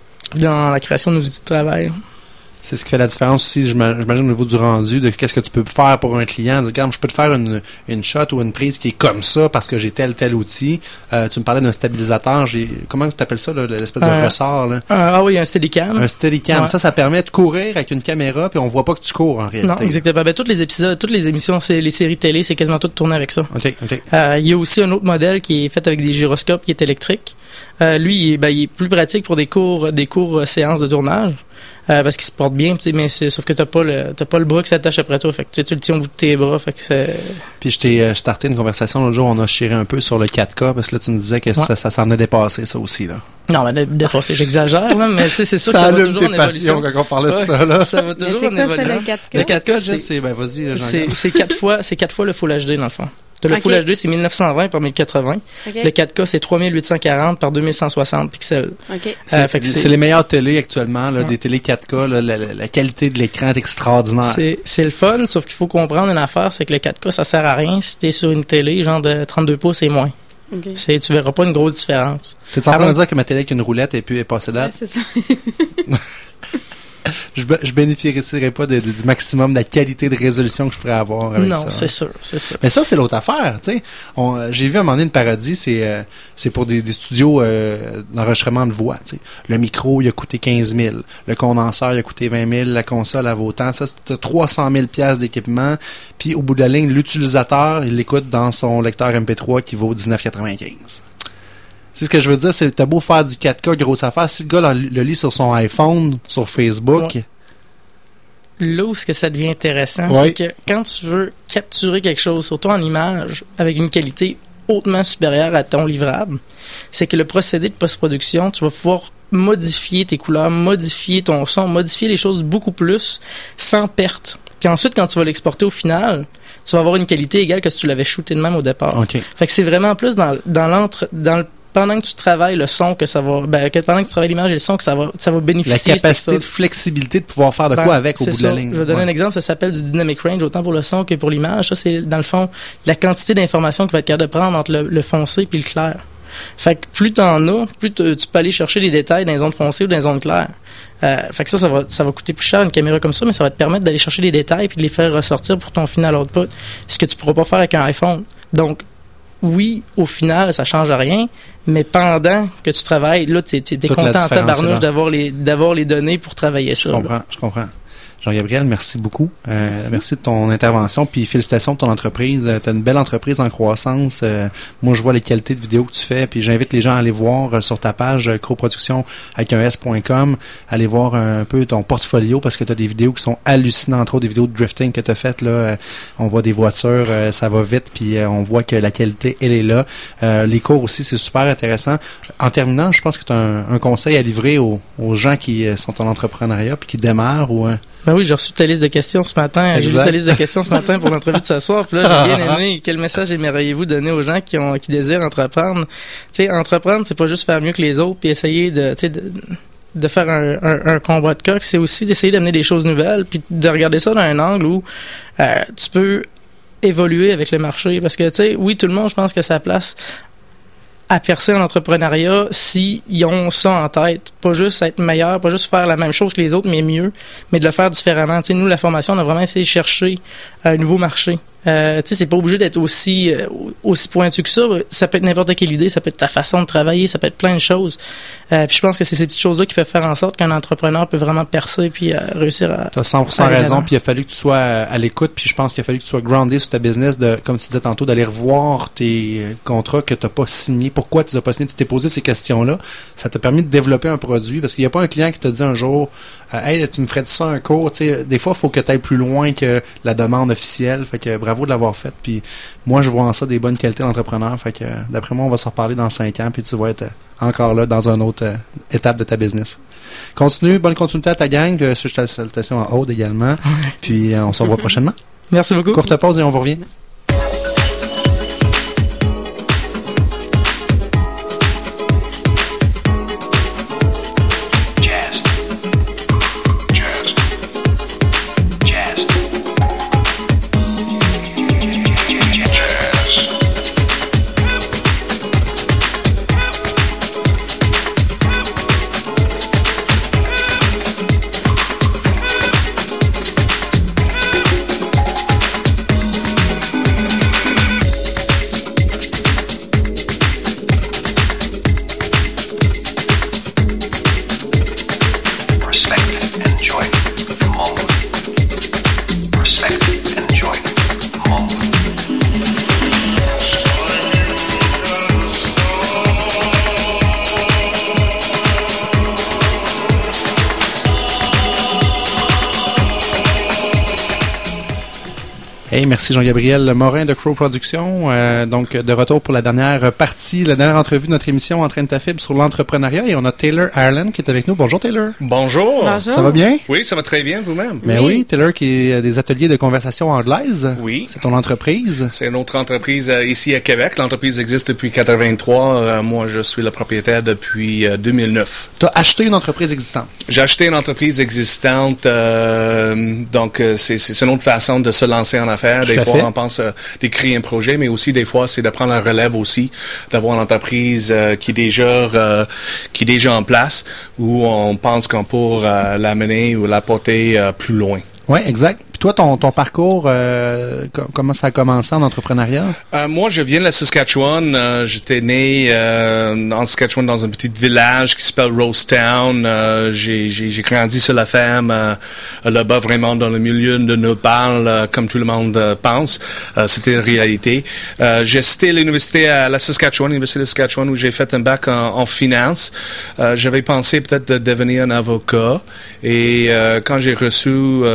dans la création de nos outils de travail. C'est ce qui fait la différence aussi, j'ima- j'imagine, au niveau du rendu, de qu'est-ce que tu peux faire pour un client. Dire, regarde, je peux te faire une, une shot ou une prise qui est comme ça parce que j'ai tel, tel outil. Euh, tu me parlais d'un stabilisateur. J'ai, comment tu appelles ça, là, l'espèce de Euh, ressort? Là? Ah, ah oui, un Steadicam. Un Steadicam. Ouais. Ça, ça permet de courir avec une caméra puis on voit pas que tu cours en réalité. Non, exactement. Ben, tous les épisodes, toutes les émissions, c'est les séries télé, c'est quasiment tout tourné avec ça. OK, OK. Euh, il y a aussi un autre modèle qui est fait avec des gyroscopes qui est électrique. Euh, lui, il est, ben, il est plus pratique pour des courts, des courts euh, séances de tournage. Euh, parce qu'il se porte bien, tu sais, mais c'est, sauf que t'as pas le, t'as pas le bras qui s'attache après toi, fait que tu sais, tu le tiens au bout de tes bras, fait que c'est... Puis je t'ai euh, starté une conversation l'autre jour, on a chiré un peu sur le quatre K parce que là tu nous disais que Ouais. ça, ça s'en a dépassé ça aussi là. Non, mais dépassé, j'exagère, là, mais tu sais, c'est sûr que Ça ça va allume toujours tes en passions évolution. quand on parlait de Ouais. ça là. Ça va Mais toujours c'est en quoi ça, évoluant. le quatre K? Le quatre K, Je c'est, sais, ben vas-y, Jean. c'est, c'est quatre fois, c'est quatre fois le Full H D dans le fond. T'as le Ok. Full H D, c'est mille neuf cent vingt par mille quatre-vingts. OK. Le quatre K, c'est trois mille huit cent quarante par deux mille cent soixante pixels. OK. C'est, Euh, fait que c'est c'est- les meilleures télés actuellement, là, Ouais. des télés quatre K, là, la, la- la qualité de l'écran est extraordinaire. C'est, c'est le fun, sauf qu'il faut comprendre une affaire, c'est que le quatre K, ça sert à rien si t'es sur une télé genre de trente-deux pouces et moins. OK. C'est, tu verras pas une grosse différence. T'es en train Avant- de dire que ma télé avec une roulette est plus est passée Ouais, date? c'est ça. Je, be- je bénéficierais pas de- de- du maximum de la qualité de résolution que je pourrais avoir avec Non, ça. c'est sûr, c'est sûr. Mais ça, c'est l'autre affaire, tu sais. On, euh, J'ai vu à un moment donné une parodie, c'est euh, c'est pour des, des studios euh, d'enregistrement de voix, tu sais. Le micro, il a coûté quinze mille. Le condenseur, il a coûté vingt mille. La console, elle vaut autant. Ça, c'est trois cent mille piastres d'équipement. Puis, au bout de la ligne, l'utilisateur, il l'écoute dans son lecteur M P trois qui vaut dix-neuf quatre-vingt-quinze. Tu sais ce que je veux dire, c'est t'as beau faire du quatre K, grosse affaire. Si le gars le, le lit sur son iPhone, sur Facebook... Ouais. Là où ce que ça devient intéressant, Ouais. c'est que quand tu veux capturer quelque chose, surtout en image, avec une qualité hautement supérieure à ton livrable, c'est que le procédé de post-production, tu vas pouvoir modifier tes couleurs, modifier ton son, modifier les choses beaucoup plus sans perte. Puis ensuite, quand tu vas l'exporter au final, tu vas avoir une qualité égale que si tu l'avais shooté de même au départ. OK. Fait que c'est vraiment plus dans, dans l'entre, dans le pendant que tu travailles le son que ça va, ben, que pendant que tu travailles l'image et le son que ça va, ça va La bénéficier. capacité c'est de ça. flexibilité de pouvoir faire de Ben, quoi avec au c'est bout ça. de la ligne. Je vais donner Ouais. un exemple, ça s'appelle du dynamic range, autant pour le son que pour l'image. Ça, c'est, dans le fond, la quantité d'informations que tu vas être capable de prendre entre le, le foncé et le clair. Fait que plus t'en as, plus tu peux aller chercher les détails dans les zones foncées ou dans les zones claires. Euh, fait que ça, ça va, ça va coûter plus cher une caméra comme ça, mais ça va te permettre d'aller chercher les détails puis de les faire ressortir pour ton final output. Ce que tu pourras pas faire avec un iPhone. Donc, oui, au final, ça change rien, mais pendant que tu travailles, là, tu es Toute la content en différence est là. tabarnouche d'avoir les, d'avoir les données pour travailler ça. Je là. comprends, je comprends. Jean-Gabriel, merci beaucoup. Euh, merci. merci de ton intervention, puis félicitations de ton entreprise. Tu as une belle entreprise en croissance. Euh, moi, je vois les qualités de vidéos que tu fais, puis j'invite les gens à aller voir euh, sur ta page euh, croproduction avec un s point com, aller voir un peu ton portfolio, parce que tu as des vidéos qui sont hallucinantes, entre autres des vidéos de drifting que tu as faites. Là, euh, on voit des voitures, euh, ça va vite, puis euh, on voit que la qualité, elle est là. Euh, les cours aussi, c'est super intéressant. En terminant, je pense que tu as un, un conseil à livrer aux, aux gens qui euh, sont en entrepreneuriat, puis qui démarrent, ou... Euh, Ben oui, j'ai reçu ta liste de questions ce matin. J'ai Exact. lu ta liste de questions ce matin pour l'entrevue de ce soir. Puis là, j'ai bien aimé. Quel message aimeriez-vous donner aux gens qui ont qui désirent entreprendre? Tu sais, entreprendre, c'est pas juste faire mieux que les autres puis essayer de, tu sais, de, de faire un, un, un combat de coq. C'est aussi d'essayer d'amener des choses nouvelles puis de regarder ça dans un angle où euh, tu peux évoluer avec le marché. Parce que, tu sais, oui, tout le monde, je pense que sa place à percer en entrepreneuriat s'ils ont ça en tête. Pas juste être meilleur, pas juste faire la même chose que les autres, mais mieux, mais de le faire différemment. Tu sais, nous, la formation, on a vraiment essayé de chercher un nouveau marché. Euh, tu sais, c'est pas obligé d'être aussi euh, aussi pointu que ça. Ça peut être n'importe quelle idée, ça peut être ta façon de travailler, ça peut être plein de choses. Euh, puis je pense que c'est ces petites choses-là qui peuvent faire en sorte qu'un entrepreneur peut vraiment percer puis euh, réussir à... Tu as cent pour cent raison, puis il a fallu que tu sois à l'écoute, puis je pense qu'il a fallu que tu sois groundé sur ta business, de, comme tu disais tantôt, d'aller revoir tes contrats que tu n'as pas signés. Pourquoi tu les as pas signés? Tu t'es posé ces questions-là. Ça t'a permis de développer un produit, parce qu'il n'y a pas un client qui t'a dit un jour euh, « Hey, tu me ferais de ça un cours? » Tu sais, des fois, il faut que tu ailles plus loin que la demande officielle. Fait que bravo de l'avoir fait. Puis moi, je vois en ça des bonnes qualités d'entrepreneur. Fait que d'après moi, on va se reparler dans cinq ans, puis tu vas être encore là dans une autre euh, étape de ta business. Continue, bonne continuité à ta gang. Euh, je te salutations à Aude également. Puis euh, on se revoit prochainement. Merci beaucoup. Courte pause et on vous revient. Hey, merci Jean-Gabriel Morin de Crow Productions. Euh, donc, de retour pour la dernière partie, la dernière entrevue de notre émission Entraîne ta fibre sur l'entrepreneuriat. Et on a Taylor Ireland qui est avec nous. Bonjour Taylor. Bonjour. Bonjour. Ça va bien? Oui, ça va très bien vous-même. Mais oui. oui, Taylor qui est des ateliers de conversation anglaise. Oui. C'est ton entreprise. C'est une autre entreprise euh, ici à Québec. L'entreprise existe depuis quatre-vingt-trois. Euh, moi, je suis le propriétaire depuis euh, deux mille neuf. Tu as acheté une entreprise existante. J'ai acheté une entreprise existante. Euh, donc, euh, c'est, c'est une autre façon de se lancer en affaires. Tout des à fois, fait. on pense euh, de créer un projet, mais aussi des fois, c'est de prendre la relève aussi, d'avoir une entreprise euh, qui est déjà euh, qui est déjà en place, où on pense qu'on pourra euh, l'amener ou la porter euh, plus loin. Oui, exact. Puis toi, ton, ton parcours, euh, com- comment ça a commencé en entrepreneuriat? Euh, moi, je viens de la Saskatchewan. Euh, j'étais né euh, en Saskatchewan dans un petit village qui s'appelle Rosetown. Euh, j'ai, j'ai, j'ai grandi sur la ferme euh, là-bas, vraiment dans le milieu de Nopal, euh, comme tout le monde euh, pense. Euh, c'était une réalité. Euh, j'ai cité l'université à la Saskatchewan, l'université de Saskatchewan, où j'ai fait un bac en, en finance. Euh, j'avais pensé peut-être de devenir un avocat. Et euh, quand j'ai reçu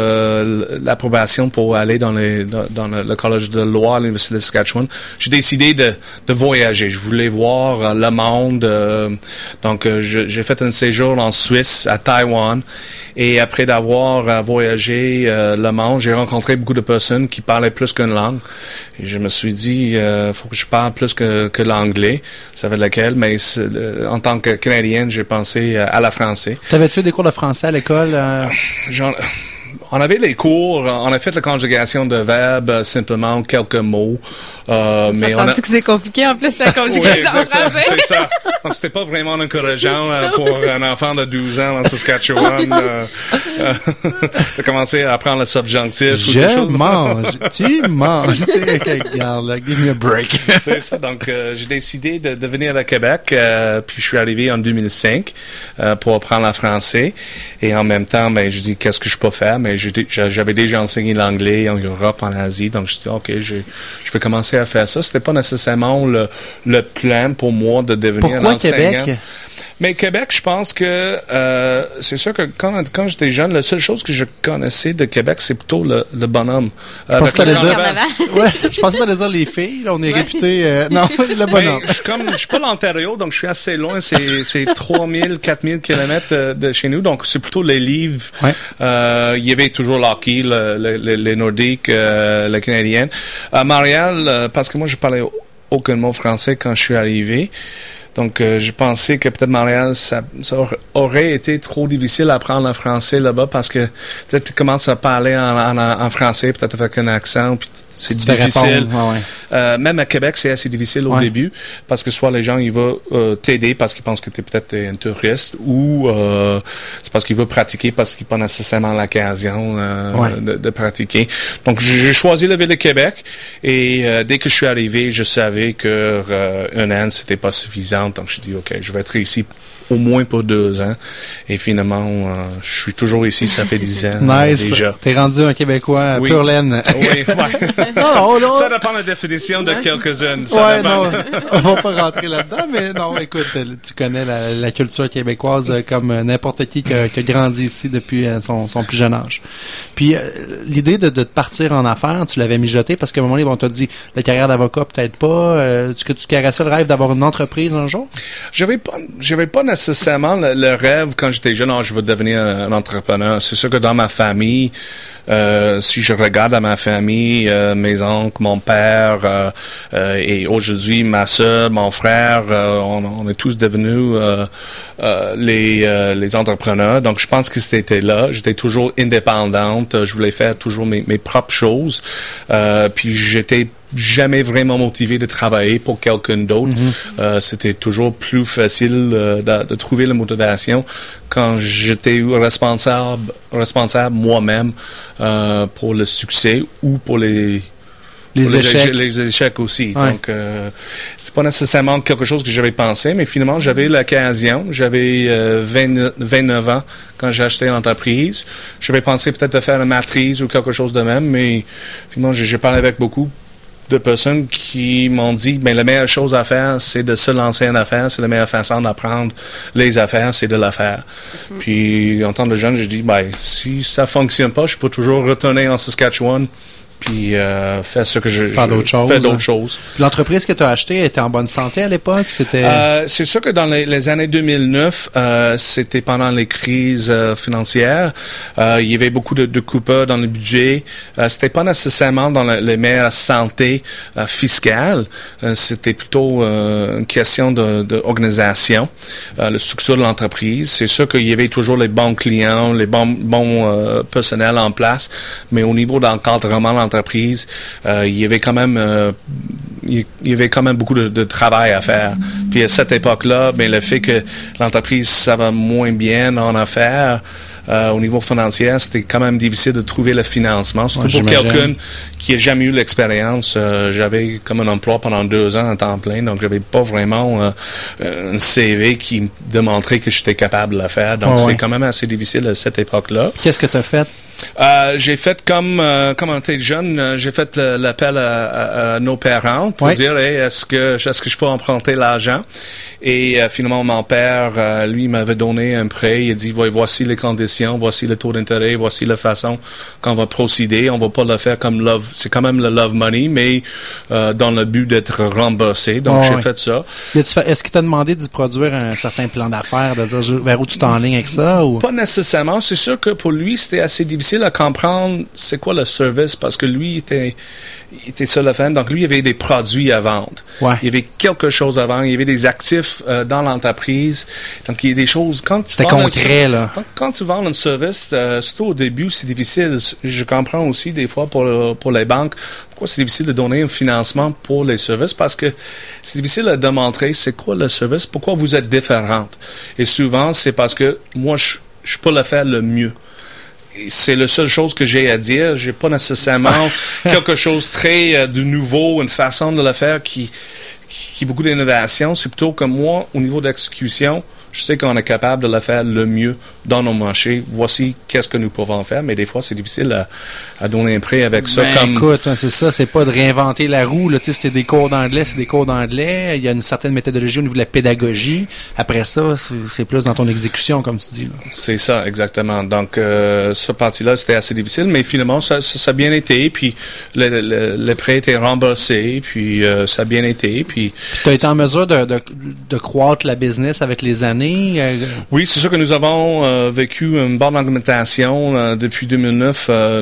euh, la approbation pour aller dans, les, dans, dans le, le collège de loi à l'université de Saskatchewan, j'ai décidé de, de voyager. Je voulais voir euh, le monde. Euh, donc, euh, je, j'ai fait un séjour en Suisse, à Taïwan. Et après d'avoir euh, voyagé euh, le monde, j'ai rencontré beaucoup de personnes qui parlaient plus qu'une langue. Et je me suis dit, euh, faut que je parle plus que, que l'anglais. Vous savez lequel, mais euh, en tant que Canadienne, j'ai pensé euh, à la français. T'avais-tu fait des cours de français à l'école? Euh... J'en... On avait les cours, on a fait la conjugation de verbes, euh, simplement quelques mots. Euh, mais on a... que c'est compliqué en plus la conjugation oui, en français. C'est ça. Donc c'était pas vraiment encourageant euh, pour un enfant de douze ans en Saskatchewan euh, euh, de commencer à apprendre le subjonctif. Je ou des choses. mange. Tu manges. Tu sais, okay, regarde, là, give me a break. C'est ça. Donc euh, j'ai décidé de, de venir à Québec, euh, puis je suis arrivé en deux mille cinq euh, pour apprendre le français. Et en même temps, ben je dis qu'est-ce que je peux faire, mais j'avais déjà enseigné l'anglais en Europe, en Asie, donc je dis ok, je, je vais commencer à faire ça. C'était pas nécessairement le, le plan pour moi de devenir Pourquoi un enseignant. Québec? Mais Québec, je pense que euh, c'est sûr que quand, quand j'étais jeune, la seule chose que je connaissais de Québec, c'est plutôt le, le bonhomme. Euh, je, pensais le dire, ouais, je pensais que tu allais dire les filles. Là, on est ouais. réputés... Euh, non, le bonhomme. Mais je suis comme, je suis pas l'Ontario, donc je suis assez loin. C'est, c'est trois mille, quatre mille kilomètres de, de chez nous. Donc, c'est plutôt les livres. Ouais. Euh, il y avait toujours l'hockey, le, le, le, les Nordiques, euh, le Canadien. À Montréal, euh, parce que moi, je parlais aucun mot français quand je suis arrivé. Donc, euh, je pensais que peut-être Montréal, ça, ça aurait été trop difficile à apprendre le français là-bas parce que tu commences à parler en, en, en français, peut-être avec un accent, puis c'est tu difficile. Ouais, ouais. Euh, même à Québec, c'est assez difficile au ouais. début parce que soit les gens ils veulent euh, t'aider parce qu'ils pensent que tu es peut-être un touriste ou euh, c'est parce qu'ils veulent pratiquer parce qu'ils n'ont pas nécessairement l'occasion euh, ouais. de, de pratiquer. Donc j'ai choisi la ville de Québec et euh, dès que je suis arrivé, je savais que euh, un an c'était pas suffisant. Donc je dis ok, je vais être ici au moins pour deux ans. Et finalement, euh, je suis toujours ici, ça fait dix ans nice. euh, déjà. T'es rendu un Québécois oui. pur laine. Oui, ouais. non, non. Ça dépend de la définition de quelques-unes. Ça ouais, dépend. non, on va pas rentrer là-dedans, mais non, écoute, tu connais la, la culture québécoise comme n'importe qui qui a, qui a grandi ici depuis son, son plus jeune âge. Puis, euh, l'idée de, de partir en affaires, tu l'avais mijoté parce qu'à un moment donné, on t'a dit, la carrière d'avocat, peut-être pas. Euh, est-ce que tu caressais le rêve d'avoir une entreprise un jour? J'avais pas, j'avais pas nécessairement le, le rêve quand j'étais jeune, oh, je veux devenir un, un entrepreneur. C'est sûr que dans ma famille, euh, si je regarde à ma famille, euh, mes oncles, mon père euh, euh, et aujourd'hui ma soeur, mon frère, euh, on, on est tous devenus euh, euh, les, euh, les entrepreneurs. Donc je pense que c'était là. J'étais toujours indépendante. Je voulais faire toujours mes, mes propres choses. Euh, puis j'étais jamais vraiment motivé de travailler pour quelqu'un d'autre. Mm-hmm. Euh, c'était toujours plus facile euh, de, de trouver la motivation quand j'étais responsable, responsable moi-même euh, pour le succès ou pour les les pour échecs. Les, les échecs aussi. Ouais. Donc, euh, c'est pas nécessairement quelque chose que j'avais pensé, mais finalement, j'avais l'occasion. J'avais euh, vingt, vingt-neuf ans quand j'ai acheté l'entreprise. J'avais pensé peut-être de faire une maîtrise ou quelque chose de même, mais finalement, j'ai, j'ai parlé avec beaucoup de personnes qui m'ont dit ben la meilleure chose à faire c'est de se lancer en affaires, c'est la meilleure façon d'apprendre les affaires, c'est de la faire. Mm-hmm. Puis en tant que jeune, j'ai dit ben si ça fonctionne pas, je peux toujours retourner en Saskatchewan puis euh, faire ce que je faire d'autres choses. Faire d'autres choses. L'entreprise que tu as achetée était en bonne santé à l'époque, c'était euh, c'est sûr que dans les, les années deux mille neuf, euh, c'était pendant les crises euh, financières, euh, il y avait beaucoup de, de coupures dans le budget, euh, c'était pas nécessairement dans la, les meilleures santé euh, fiscale, euh, c'était plutôt euh, une question de, de organisation, euh, le succès de l'entreprise. C'est sûr qu'il y avait toujours les bons clients, les bons bons euh, personnels en place, mais au niveau d'encadrement de l'entreprise, Entreprise, euh, il y avait quand même euh, il y avait quand même beaucoup de, de travail à faire. Puis à cette époque-là, ben le fait que l'entreprise ça va moins bien en affaires, euh, au niveau financier, c'était quand même difficile de trouver le financement. Surtout ouais, pour j'imagine. Quelqu'un qui n'a jamais eu l'expérience. Euh, j'avais comme un emploi pendant deux ans à temps plein, donc j'avais pas vraiment euh, un C V qui démontrait que j'étais capable de le faire. Donc oh, c'est ouais. quand même assez difficile à cette époque-là. Qu'est-ce que tu as fait? Euh, j'ai fait comme euh, comme on était jeune, euh, j'ai fait le, l'appel à, à, à nos parents pour oui. dire hey, est-ce que est-ce que je peux emprunter l'argent et euh, finalement mon père euh, lui m'avait donné un prêt, il a dit ouais, voici les conditions, voici le taux d'intérêt, voici la façon qu'on va procéder, on va pas le faire comme love, c'est quand même le love money mais euh, dans le but d'être remboursé. Donc oh, j'ai oui. fait ça. Est-ce qu'il t'a demandé de produire un certain plan d'affaires, de dire vers où tu t'enlignes avec ça ou pas nécessairement, c'est sûr que pour lui c'était assez difficile à comprendre c'est quoi le service parce que lui était il était seul à faire, donc lui il y avait des produits à vendre, ouais. il y avait quelque chose à vendre, il y avait des actifs euh, dans l'entreprise, donc il y a des choses quand tu c'était concret un, là quand, quand tu vends un service euh, surtout au début c'est difficile, je comprends aussi des fois pour, pour les banques pourquoi c'est difficile de donner un financement pour les services parce que c'est difficile à démontrer c'est quoi le service, pourquoi vous êtes différente et souvent c'est parce que moi je, je peux le faire le mieux. C'est la seule chose que j'ai à dire. J'ai pas nécessairement quelque chose très euh, de nouveau, une façon de le faire qui, qui, qui a beaucoup d'innovation. C'est plutôt que moi, au niveau d'exécution, je sais qu'on est capable de le faire le mieux dans nos marchés. Voici qu'est-ce que nous pouvons faire, mais des fois, c'est difficile à, à donner un prêt avec ça. Ben, comme... écoute, c'est ça, c'est pas de réinventer la roue. Là, c'est des cours d'anglais, c'est des cours d'anglais. Il y a une certaine méthodologie au niveau de la pédagogie. Après ça, c'est, c'est plus dans ton exécution, comme tu dis. Là. C'est ça, exactement. Donc, euh, ce parti-là, c'était assez difficile, mais finalement, ça, ça, ça a bien été. Puis, le, le, le prêt était remboursé, puis euh, ça a bien été. Puis, tu as été en mesure de, de, de croître la business avec les années? Oui, c'est sûr que nous avons euh, vécu une bonne augmentation euh, depuis deux mille neuf. Euh, nous avons tr-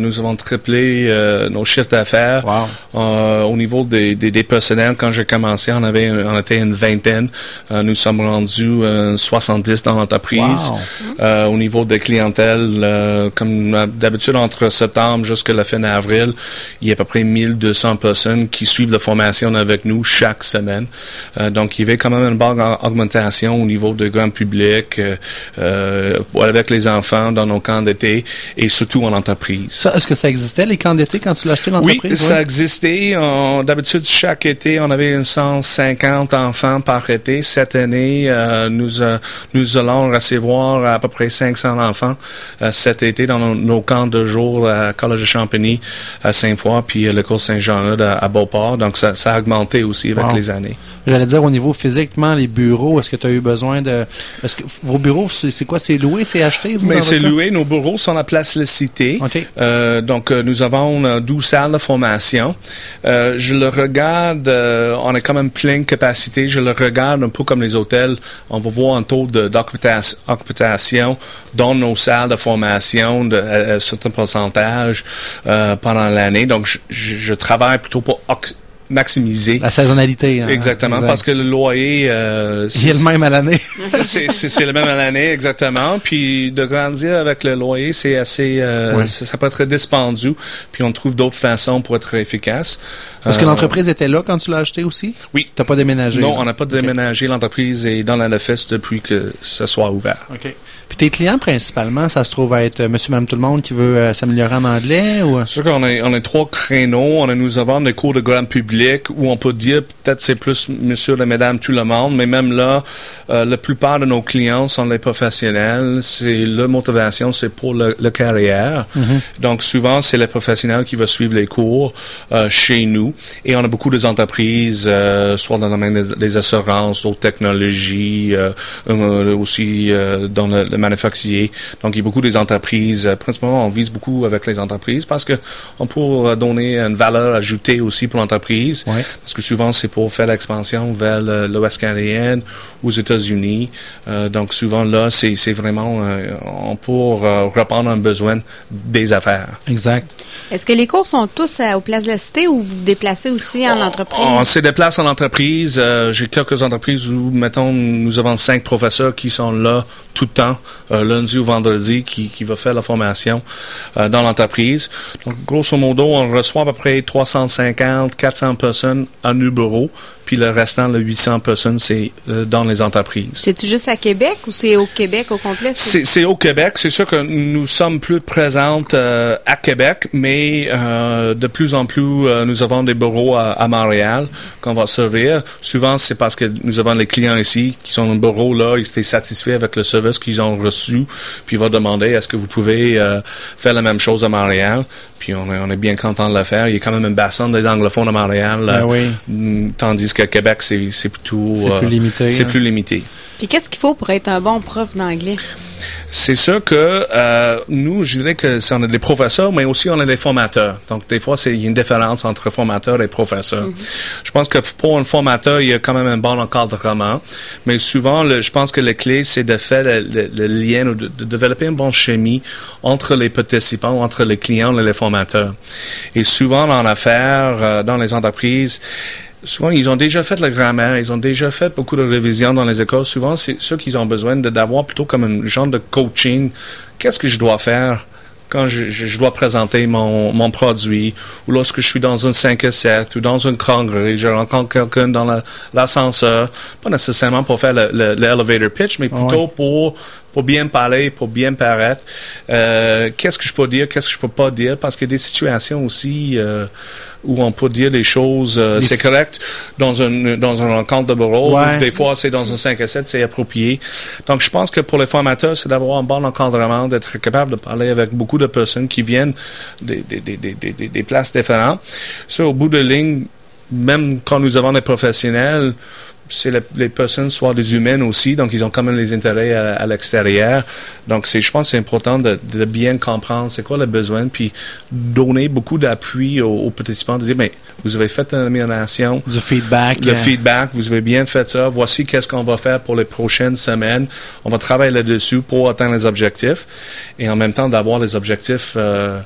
triplé euh, nos chiffres d'affaires. Wow. Euh, au niveau des, des, des personnels, quand j'ai commencé, on avait on était une vingtaine. Euh, nous sommes rendus euh, soixante-dix dans l'entreprise. Wow. Euh, au niveau de clientèle, euh, comme d'habitude, entre septembre jusqu'à la fin d'avril, il y a à peu près mille deux cents personnes qui suivent la formation avec nous chaque semaine. Euh, donc, il y avait quand même une bonne augmentation au niveau du grand public, euh, euh, avec les enfants dans nos camps d'été et surtout en entreprise. Ça, est-ce que ça existait, les camps d'été, quand tu l'as acheté l'entreprise? Oui, ça existait. On, d'habitude, chaque été, on avait cent cinquante enfants par été. Cette année, euh, nous, euh, nous allons recevoir à peu près cinq cents enfants euh, cet été dans nos, nos camps de jour à Collège de Champagny, à Sainte-Foy, puis à l'école Saint-Jean-Eudes à, à Beauport. Donc, ça, ça a augmenté aussi avec wow. les années. J'allais dire, au niveau physiquement, les bureaux, est-ce que tu as eu besoin de... Est-ce que vos bureaux, c'est, c'est quoi? C'est loué, c'est acheté? Vous, mais c'est loué. Nos bureaux sont à Place La Cité. Okay. Euh, donc, euh, nous avons euh, douze salles de formation. Euh, je le regarde, euh, on a quand même pleine capacité. Je le regarde un peu comme les hôtels. On va voir un taux de, d'occupation dans nos salles de formation de à, à certain pourcentage euh, pendant l'année. Donc, je, je, je travaille plutôt pour oc- maximiser. La saisonnalité. Hein, exactement, exact. Parce que le loyer... Euh, c'est, il est le même à l'année. c'est, c'est, c'est le même à l'année, exactement. Puis de grandir avec le loyer, c'est assez... Euh, oui. ça, ça peut être dispendieux. Puis on trouve d'autres façons pour être efficace. Est-ce euh, que l'entreprise était là quand tu l'as acheté aussi? Oui. Tu n'as pas déménagé? Non, là? on n'a pas déménagé. Okay. L'entreprise est dans la L F S depuis que ce soit ouvert. OK. Puis tes clients, principalement, ça se trouve à être monsieur, madame, tout le monde qui veut euh, s'améliorer en anglais? Ou... C'est sûr qu'on a, on a trois créneaux. On a, nous avons des cours de grand public où on peut dire peut-être c'est plus monsieur et madame, tout le monde. Mais même là, euh, la plupart de nos clients sont les professionnels. C'est leur motivation, c'est pour le, le carrière. Mm-hmm. Donc souvent, c'est les professionnels qui vont suivre les cours euh, chez nous. Et on a beaucoup d'entreprises, euh, soit dans le domaine des, des assurances, d'autres technologies, euh, euh, aussi euh, dans le, le manufacturier. Donc, il y a beaucoup des entreprises. Euh, principalement, on vise beaucoup avec les entreprises parce que on peut donner une valeur ajoutée aussi pour l'entreprise. Ouais. Parce que souvent, c'est pour faire l'expansion vers le, l'Ouest canadien, aux États-Unis. Euh, donc, souvent, là, c'est, c'est vraiment... Euh, on peut euh, répondre à un besoin des affaires. Exact. Est-ce que les cours sont tous à, aux places de la cité ou vous vous déplacez aussi en on, entreprise? On se déplace en entreprise. Euh, j'ai quelques entreprises où, mettons, nous avons cinq professeurs qui sont là tout le temps, euh, lundi ou vendredi, qui, qui va faire la formation euh, dans l'entreprise. Donc, grosso modo, on reçoit à peu près trois cent cinquante, quatre cents personnes à nos bureaux, puis le restant, le huit cents personnes, c'est euh, dans les entreprises. C'est-tu juste à Québec ou c'est au Québec au complet? C'est, c'est au Québec. C'est sûr que nous sommes plus présentes euh, à Québec, mais euh, de plus en plus, euh, nous avons des bureaux à, à Montréal qu'on va servir. Souvent, c'est parce que nous avons les clients ici qui sont dans le bureau là, ils étaient satisfaits avec le service qu'ils ont reçu, puis ils vont demander est-ce que vous pouvez euh, faire la même chose à Montréal. Puis on est, on est bien content de le faire. Il y a quand même une bassin des anglophones à Montréal, ben euh, oui. tandis qu'à Québec, c'est, c'est plutôt... C'est euh, plus limité. C'est hein. plus limité. Puis qu'est-ce qu'il faut pour être un bon prof d'anglais? C'est sûr que euh, nous, je dirais que c'est, on a des professeurs, mais aussi on a des formateurs. Donc, des fois, c'est, il y a une différence entre formateur et professeur. Mm-hmm. Je pense que pour un formateur, il y a quand même un bon encadrement. Mais souvent, le, je pense que la clé, c'est de faire le, le, le lien ou de, de développer une bonne chimie entre les participants, entre les clients et les formateurs. Et souvent, dans l'affaire, euh, dans les entreprises, souvent, ils ont déjà fait la grammaire, ils ont déjà fait beaucoup de révisions dans les écoles. Souvent, c'est ceux qu'ils ont besoin de, d'avoir plutôt comme un genre de coaching. Qu'est-ce que je dois faire quand je, je, je dois présenter mon, mon produit, ou lorsque je suis dans un cinq à sept, ou dans un congrès, je rencontre quelqu'un dans la, l'ascenseur, pas nécessairement pour faire le, le, le elevator pitch, mais plutôt ouais. pour pour bien parler, pour bien paraître. Euh, qu'est-ce que je peux dire, qu'est-ce que je peux pas dire, parce qu'il y a des situations aussi euh, où on peut dire des choses, euh, c'est correct dans un dans un rencontre de bureau, ouais. des fois c'est dans un cinq à sept, c'est approprié. Donc je pense que pour les formateurs, c'est d'avoir un bon encadrement, d'être capable de parler avec beaucoup de personnes qui viennent des, des, des, des, des, des places différentes. Ça, au bout de ligne, même quand nous avons des professionnels, c'est la, les personnes, soit des humaines aussi, donc ils ont quand même les intérêts à, à l'extérieur. Donc, c'est, je pense que c'est important de, de bien comprendre c'est quoi le besoin, puis donner beaucoup d'appui aux, aux participants, de dire, mais vous avez fait une amélioration. Du feedback. Le euh... feedback, vous avez bien fait ça. Voici qu'est-ce qu'on va faire pour les prochaines semaines. On va travailler là-dessus pour atteindre les objectifs. Et en même temps, d'avoir les objectifs... Euh,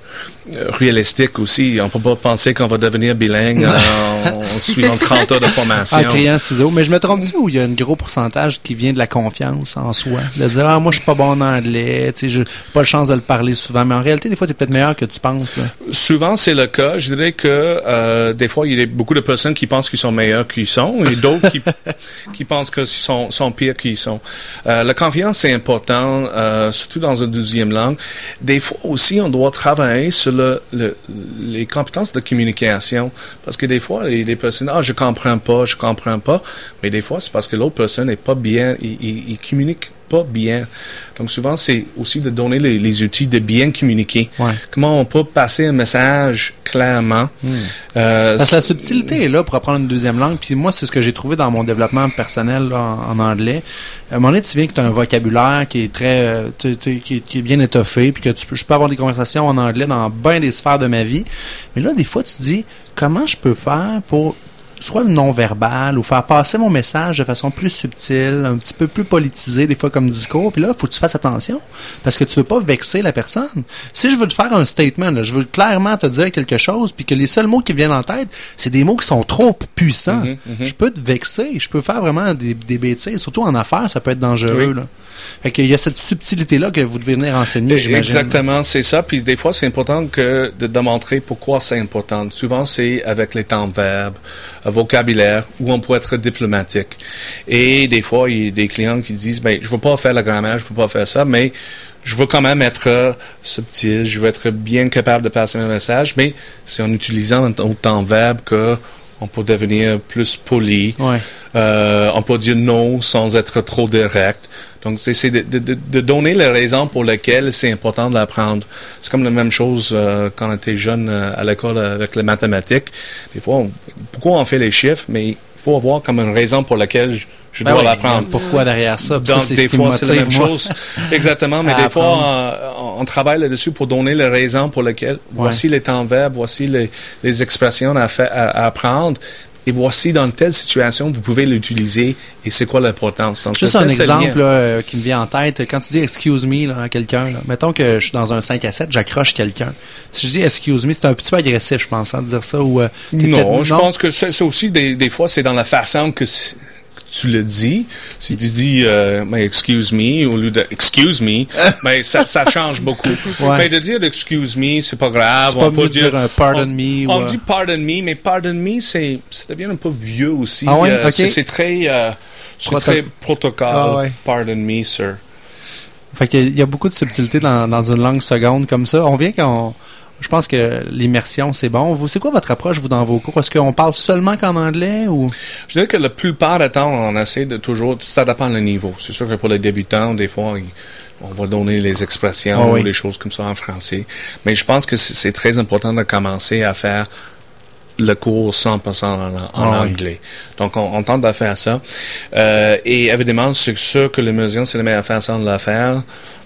réalistique aussi. On peut pas penser qu'on va devenir bilingue en, en suivant trente heures de formation. En criant ciseaux. Mais je me trompe-tu où il y a un gros pourcentage qui vient de la confiance en soi? De dire, ah, moi, je suis pas bon en anglais, tu sais, j'ai pas la chance de le parler souvent. Mais en réalité, des fois, tu es peut-être meilleur que tu penses, là. Souvent, c'est le cas. Je dirais que, euh, des fois, il y a beaucoup de personnes qui pensent qu'ils sont meilleurs qu'ils sont et d'autres qui, qui pensent qu'ils sont, sont pires qu'ils sont. Euh, la confiance, c'est important, euh, surtout dans une deuxième langue. Des fois aussi, on doit travailler sur le, le, les compétences de communication. Parce que des fois, les, les personnes, ah, je comprends pas, je comprends pas. Mais des fois, c'est parce que l'autre personne n'est pas bien, il, il, il communique pas bien. Donc souvent, c'est aussi de donner les, les outils de bien communiquer. Ouais. Comment on peut passer un message clairement. Hmm. Euh, Parce que la subtilité est là pour apprendre une deuxième langue. Puis moi, c'est ce que j'ai trouvé dans mon développement personnel là, en, en anglais. À un moment donné, tu viens que tu as un vocabulaire qui est très, tu, tu, qui, qui est bien étoffé, puis que tu peux, je peux avoir des conversations en anglais dans bien des sphères de ma vie. Mais là, des fois, tu te dis, comment je peux faire pour soit le non-verbal ou faire passer mon message de façon plus subtile, un petit peu plus politisée, des fois comme discours. Puis là, il faut que tu fasses attention parce que tu veux pas vexer la personne. Si je veux te faire un statement, là, je veux clairement te dire quelque chose puis que les seuls mots qui viennent en tête, c'est des mots qui sont trop puissants. Mm-hmm, mm-hmm. Je peux te vexer, je peux faire vraiment des, des bêtises. Surtout en affaires, ça peut être dangereux. Oui. Là. Fait qu'il y a cette subtilité-là que vous devez venir enseigner, j'imagine. Exactement, c'est ça. Puis des fois, c'est important que de démontrer pourquoi c'est important. Souvent, c'est avec les temps de verbe, vocabulaire, où on peut être diplomatique. Et des fois, il y a des clients qui disent, ben, je veux pas faire la grammaire, je veux pas faire ça, mais je veux quand même être subtil, je veux être bien capable de passer un message, mais c'est en utilisant un temps de verbe que on peut devenir plus poli. Ouais. Euh, on peut dire non sans être trop direct. Donc, c'est, c'est de, de, de donner les raisons pour lesquelles c'est important de l'apprendre. C'est comme la même chose euh, quand on était jeune euh, à l'école avec les mathématiques. Des fois, on, pourquoi on fait les chiffres, mais il faut avoir comme une raison pour laquelle je, je ben dois oui, l'apprendre. Pourquoi derrière ça? Donc, c'est des fois, c'est la même moi. chose. Exactement, mais des fois, on, on travaille là-dessus pour donner les raisons pour lesquelles ouais. voici les temps verbes, voici les, les expressions à, faire, à, à apprendre. Et voici dans telle situation, vous pouvez l'utiliser et c'est quoi l'importance. Donc, juste un exemple là, qui me vient en tête. Quand tu dis « excuse me » là, à quelqu'un, là, mettons que je suis dans un cinq à sept, j'accroche quelqu'un. Si je dis « excuse me », c'est un petit peu agressif, je pense, hein, de dire ça. Ou, euh, non, je non? pense que c'est, c'est aussi, des, des fois, c'est dans la façon que tu le dis. Si tu dis euh, « excuse me » au lieu de « excuse me », mais ça, ça change beaucoup. Ouais. Mais de dire « excuse me », c'est pas grave. C'est pas on peut dire, dire un « pardon on, me ». On ou dit « pardon me », mais « pardon me », c'est, ça devient un peu vieux aussi. Ah ouais? euh, okay. c'est, c'est très, euh, c'est Proto- très protocole. Ah ouais. « Pardon me, sir ». Fait qu'il y a beaucoup de subtilité dans, dans une langue seconde comme ça. On vient qu'on... Je pense que l'immersion, c'est bon. Vous, c'est quoi votre approche, vous, dans vos cours? Est-ce qu'on parle seulement qu'en anglais ou? Je dirais que la plupart du temps, on essaie de toujours, ça dépend du niveau. C'est sûr que pour les débutants, des fois, on va donner les expressions oh, oui. ou les choses comme ça en français. Mais je pense que c'est, c'est très important de commencer à faire le cours cent pour cent en, en oh, anglais. Oui. Donc, on, on tente de faire ça. Euh, et évidemment, c'est sûr que l'immersion, c'est la meilleure façon de la faire.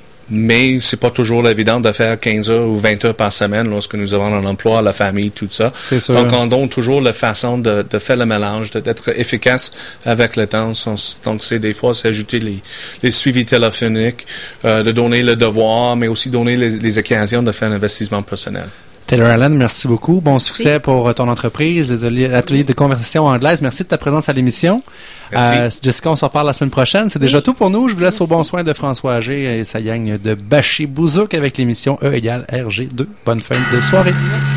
Mais c'est pas toujours évident de faire quinze heures ou vingt heures par semaine lorsque nous avons un emploi, la famille, tout ça. C'est sûr. Donc, on donne toujours la façon de, de faire le mélange, de, d'être efficace avec le temps. Donc, c'est des fois, c'est ajouter les, les suivis téléphoniques, euh, de donner le devoir, mais aussi donner les, les occasions de faire un investissement personnel. Taylor Allen, merci beaucoup. Bon succès oui. pour ton entreprise, l'atelier de conversation anglaise. Merci de ta présence à l'émission. Merci. Euh, Jessica, on se reparle la semaine prochaine. C'est oui. déjà tout pour nous. Je vous laisse merci. Au bon soin de François Agé et sa gang de Bachi Bouzouk avec l'émission E égale R G deux. Bonne fin de soirée.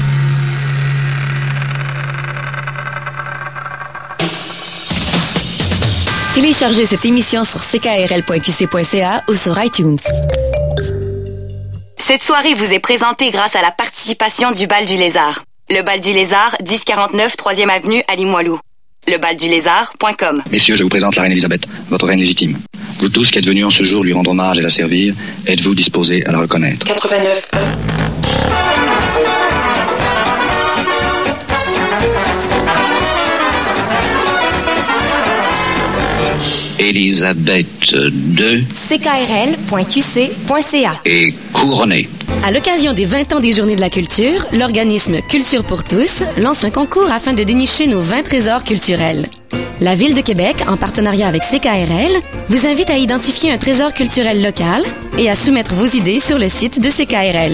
Téléchargez cette émission sur c k r l point q c point c a ou sur iTunes. Cette soirée vous est présentée grâce à la participation du Bal du Lézard. Le Bal du Lézard, dix quarante-neuf troisième avenue à Limoilou. le bal du lézard point com. Messieurs, je vous présente la reine Elisabeth, votre reine légitime. Vous tous qui êtes venus en ce jour lui rendre hommage et la servir, êtes-vous disposés à la reconnaître? quatre-vingt-neuf Elisabeth deux. c k r l point q c point c a. Et couronnée. À l'occasion des vingt ans des Journées de la Culture, l'organisme Culture pour tous lance un concours afin de dénicher nos vingt trésors culturels. La Ville de Québec, en partenariat avec C K R L, vous invite à identifier un trésor culturel local et à soumettre vos idées sur le site de C K R L.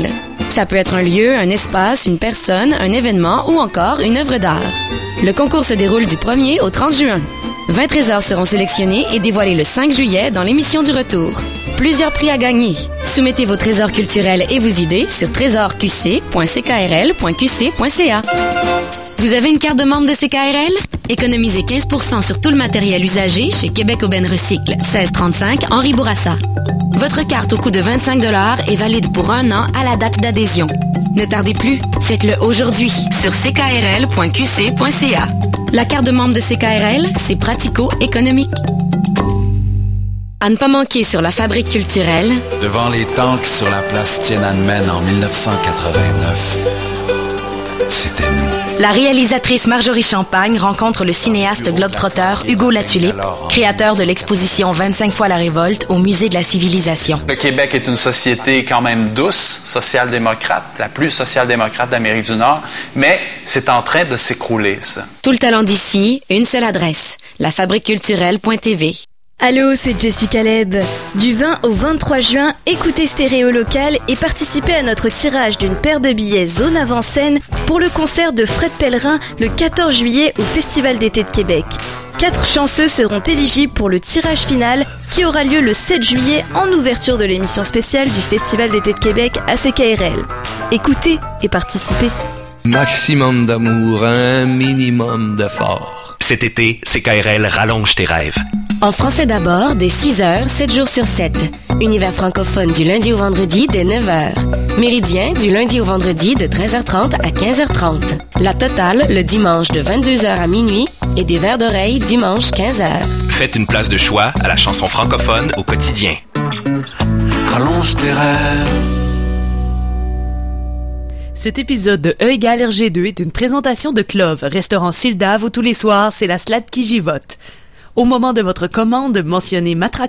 Ça peut être un lieu, un espace, une personne, un événement ou encore une œuvre d'art. Le concours se déroule du premier au trente juin. vingt trésors seront sélectionnés et dévoilés le cinq juillet dans l'émission du retour. Plusieurs prix à gagner. Soumettez vos trésors culturels et vos idées sur trésor q c point c k r l point q c point c a. Vous avez une carte de membre de C K R L? Économisez quinze pour cent sur tout le matériel usagé chez Québec Aubaine Recycle, seize trente-cinq Henri Bourassa. Votre carte au coût de vingt-cinq dollars est valide pour un an à la date d'adhésion. Ne tardez plus, faites-le aujourd'hui sur c k r l point q c point c a. La carte de membre de C K R L, c'est pratico-économique. À ne pas manquer sur la Fabrique culturelle. Devant les tanks sur la place Tiananmen en mille neuf cent quatre-vingt-neuf, c'était nous. La réalisatrice Marjorie Champagne rencontre le cinéaste globetrotter Hugo Latulippe, créateur de l'exposition vingt-cinq fois la révolte au Musée de la civilisation. Le Québec est une société quand même douce, social-démocrate, la plus social-démocrate d'Amérique du Nord, mais c'est en train de s'écrouler, ça. Tout le talent d'ici, une seule adresse, la fabrique culturelle point t v. Allô, c'est Jessie Caleb. Du vingt au vingt-trois juin, écoutez Stéréo Local et participez à notre tirage d'une paire de billets Zone Avant-Scène pour le concert de Fred Pellerin le quatorze juillet au Festival d'été de Québec. Quatre chanceux seront éligibles pour le tirage final qui aura lieu le sept juillet en ouverture de l'émission spéciale du Festival d'été de Québec à C K R L. Écoutez et participez. Maximum d'amour, un minimum d'effort. Cet été, C K R L rallonge tes rêves. En français d'abord, dès six heures, sept jours sur sept. Univers francophone du lundi au vendredi dès neuf heures. Méridien du lundi au vendredi de treize heures trente à quinze heures trente. La totale le dimanche de vingt-deux heures à minuit et des verres d'oreille dimanche quinze heures. Faites une place de choix à la chanson francophone au quotidien. Rallonge tes rêves. Cet épisode de E égale R G deux est une présentation de Clove, restaurant Sildave où tous les soirs, c'est la slade qui givote. Au moment de votre commande, mentionnez Matraque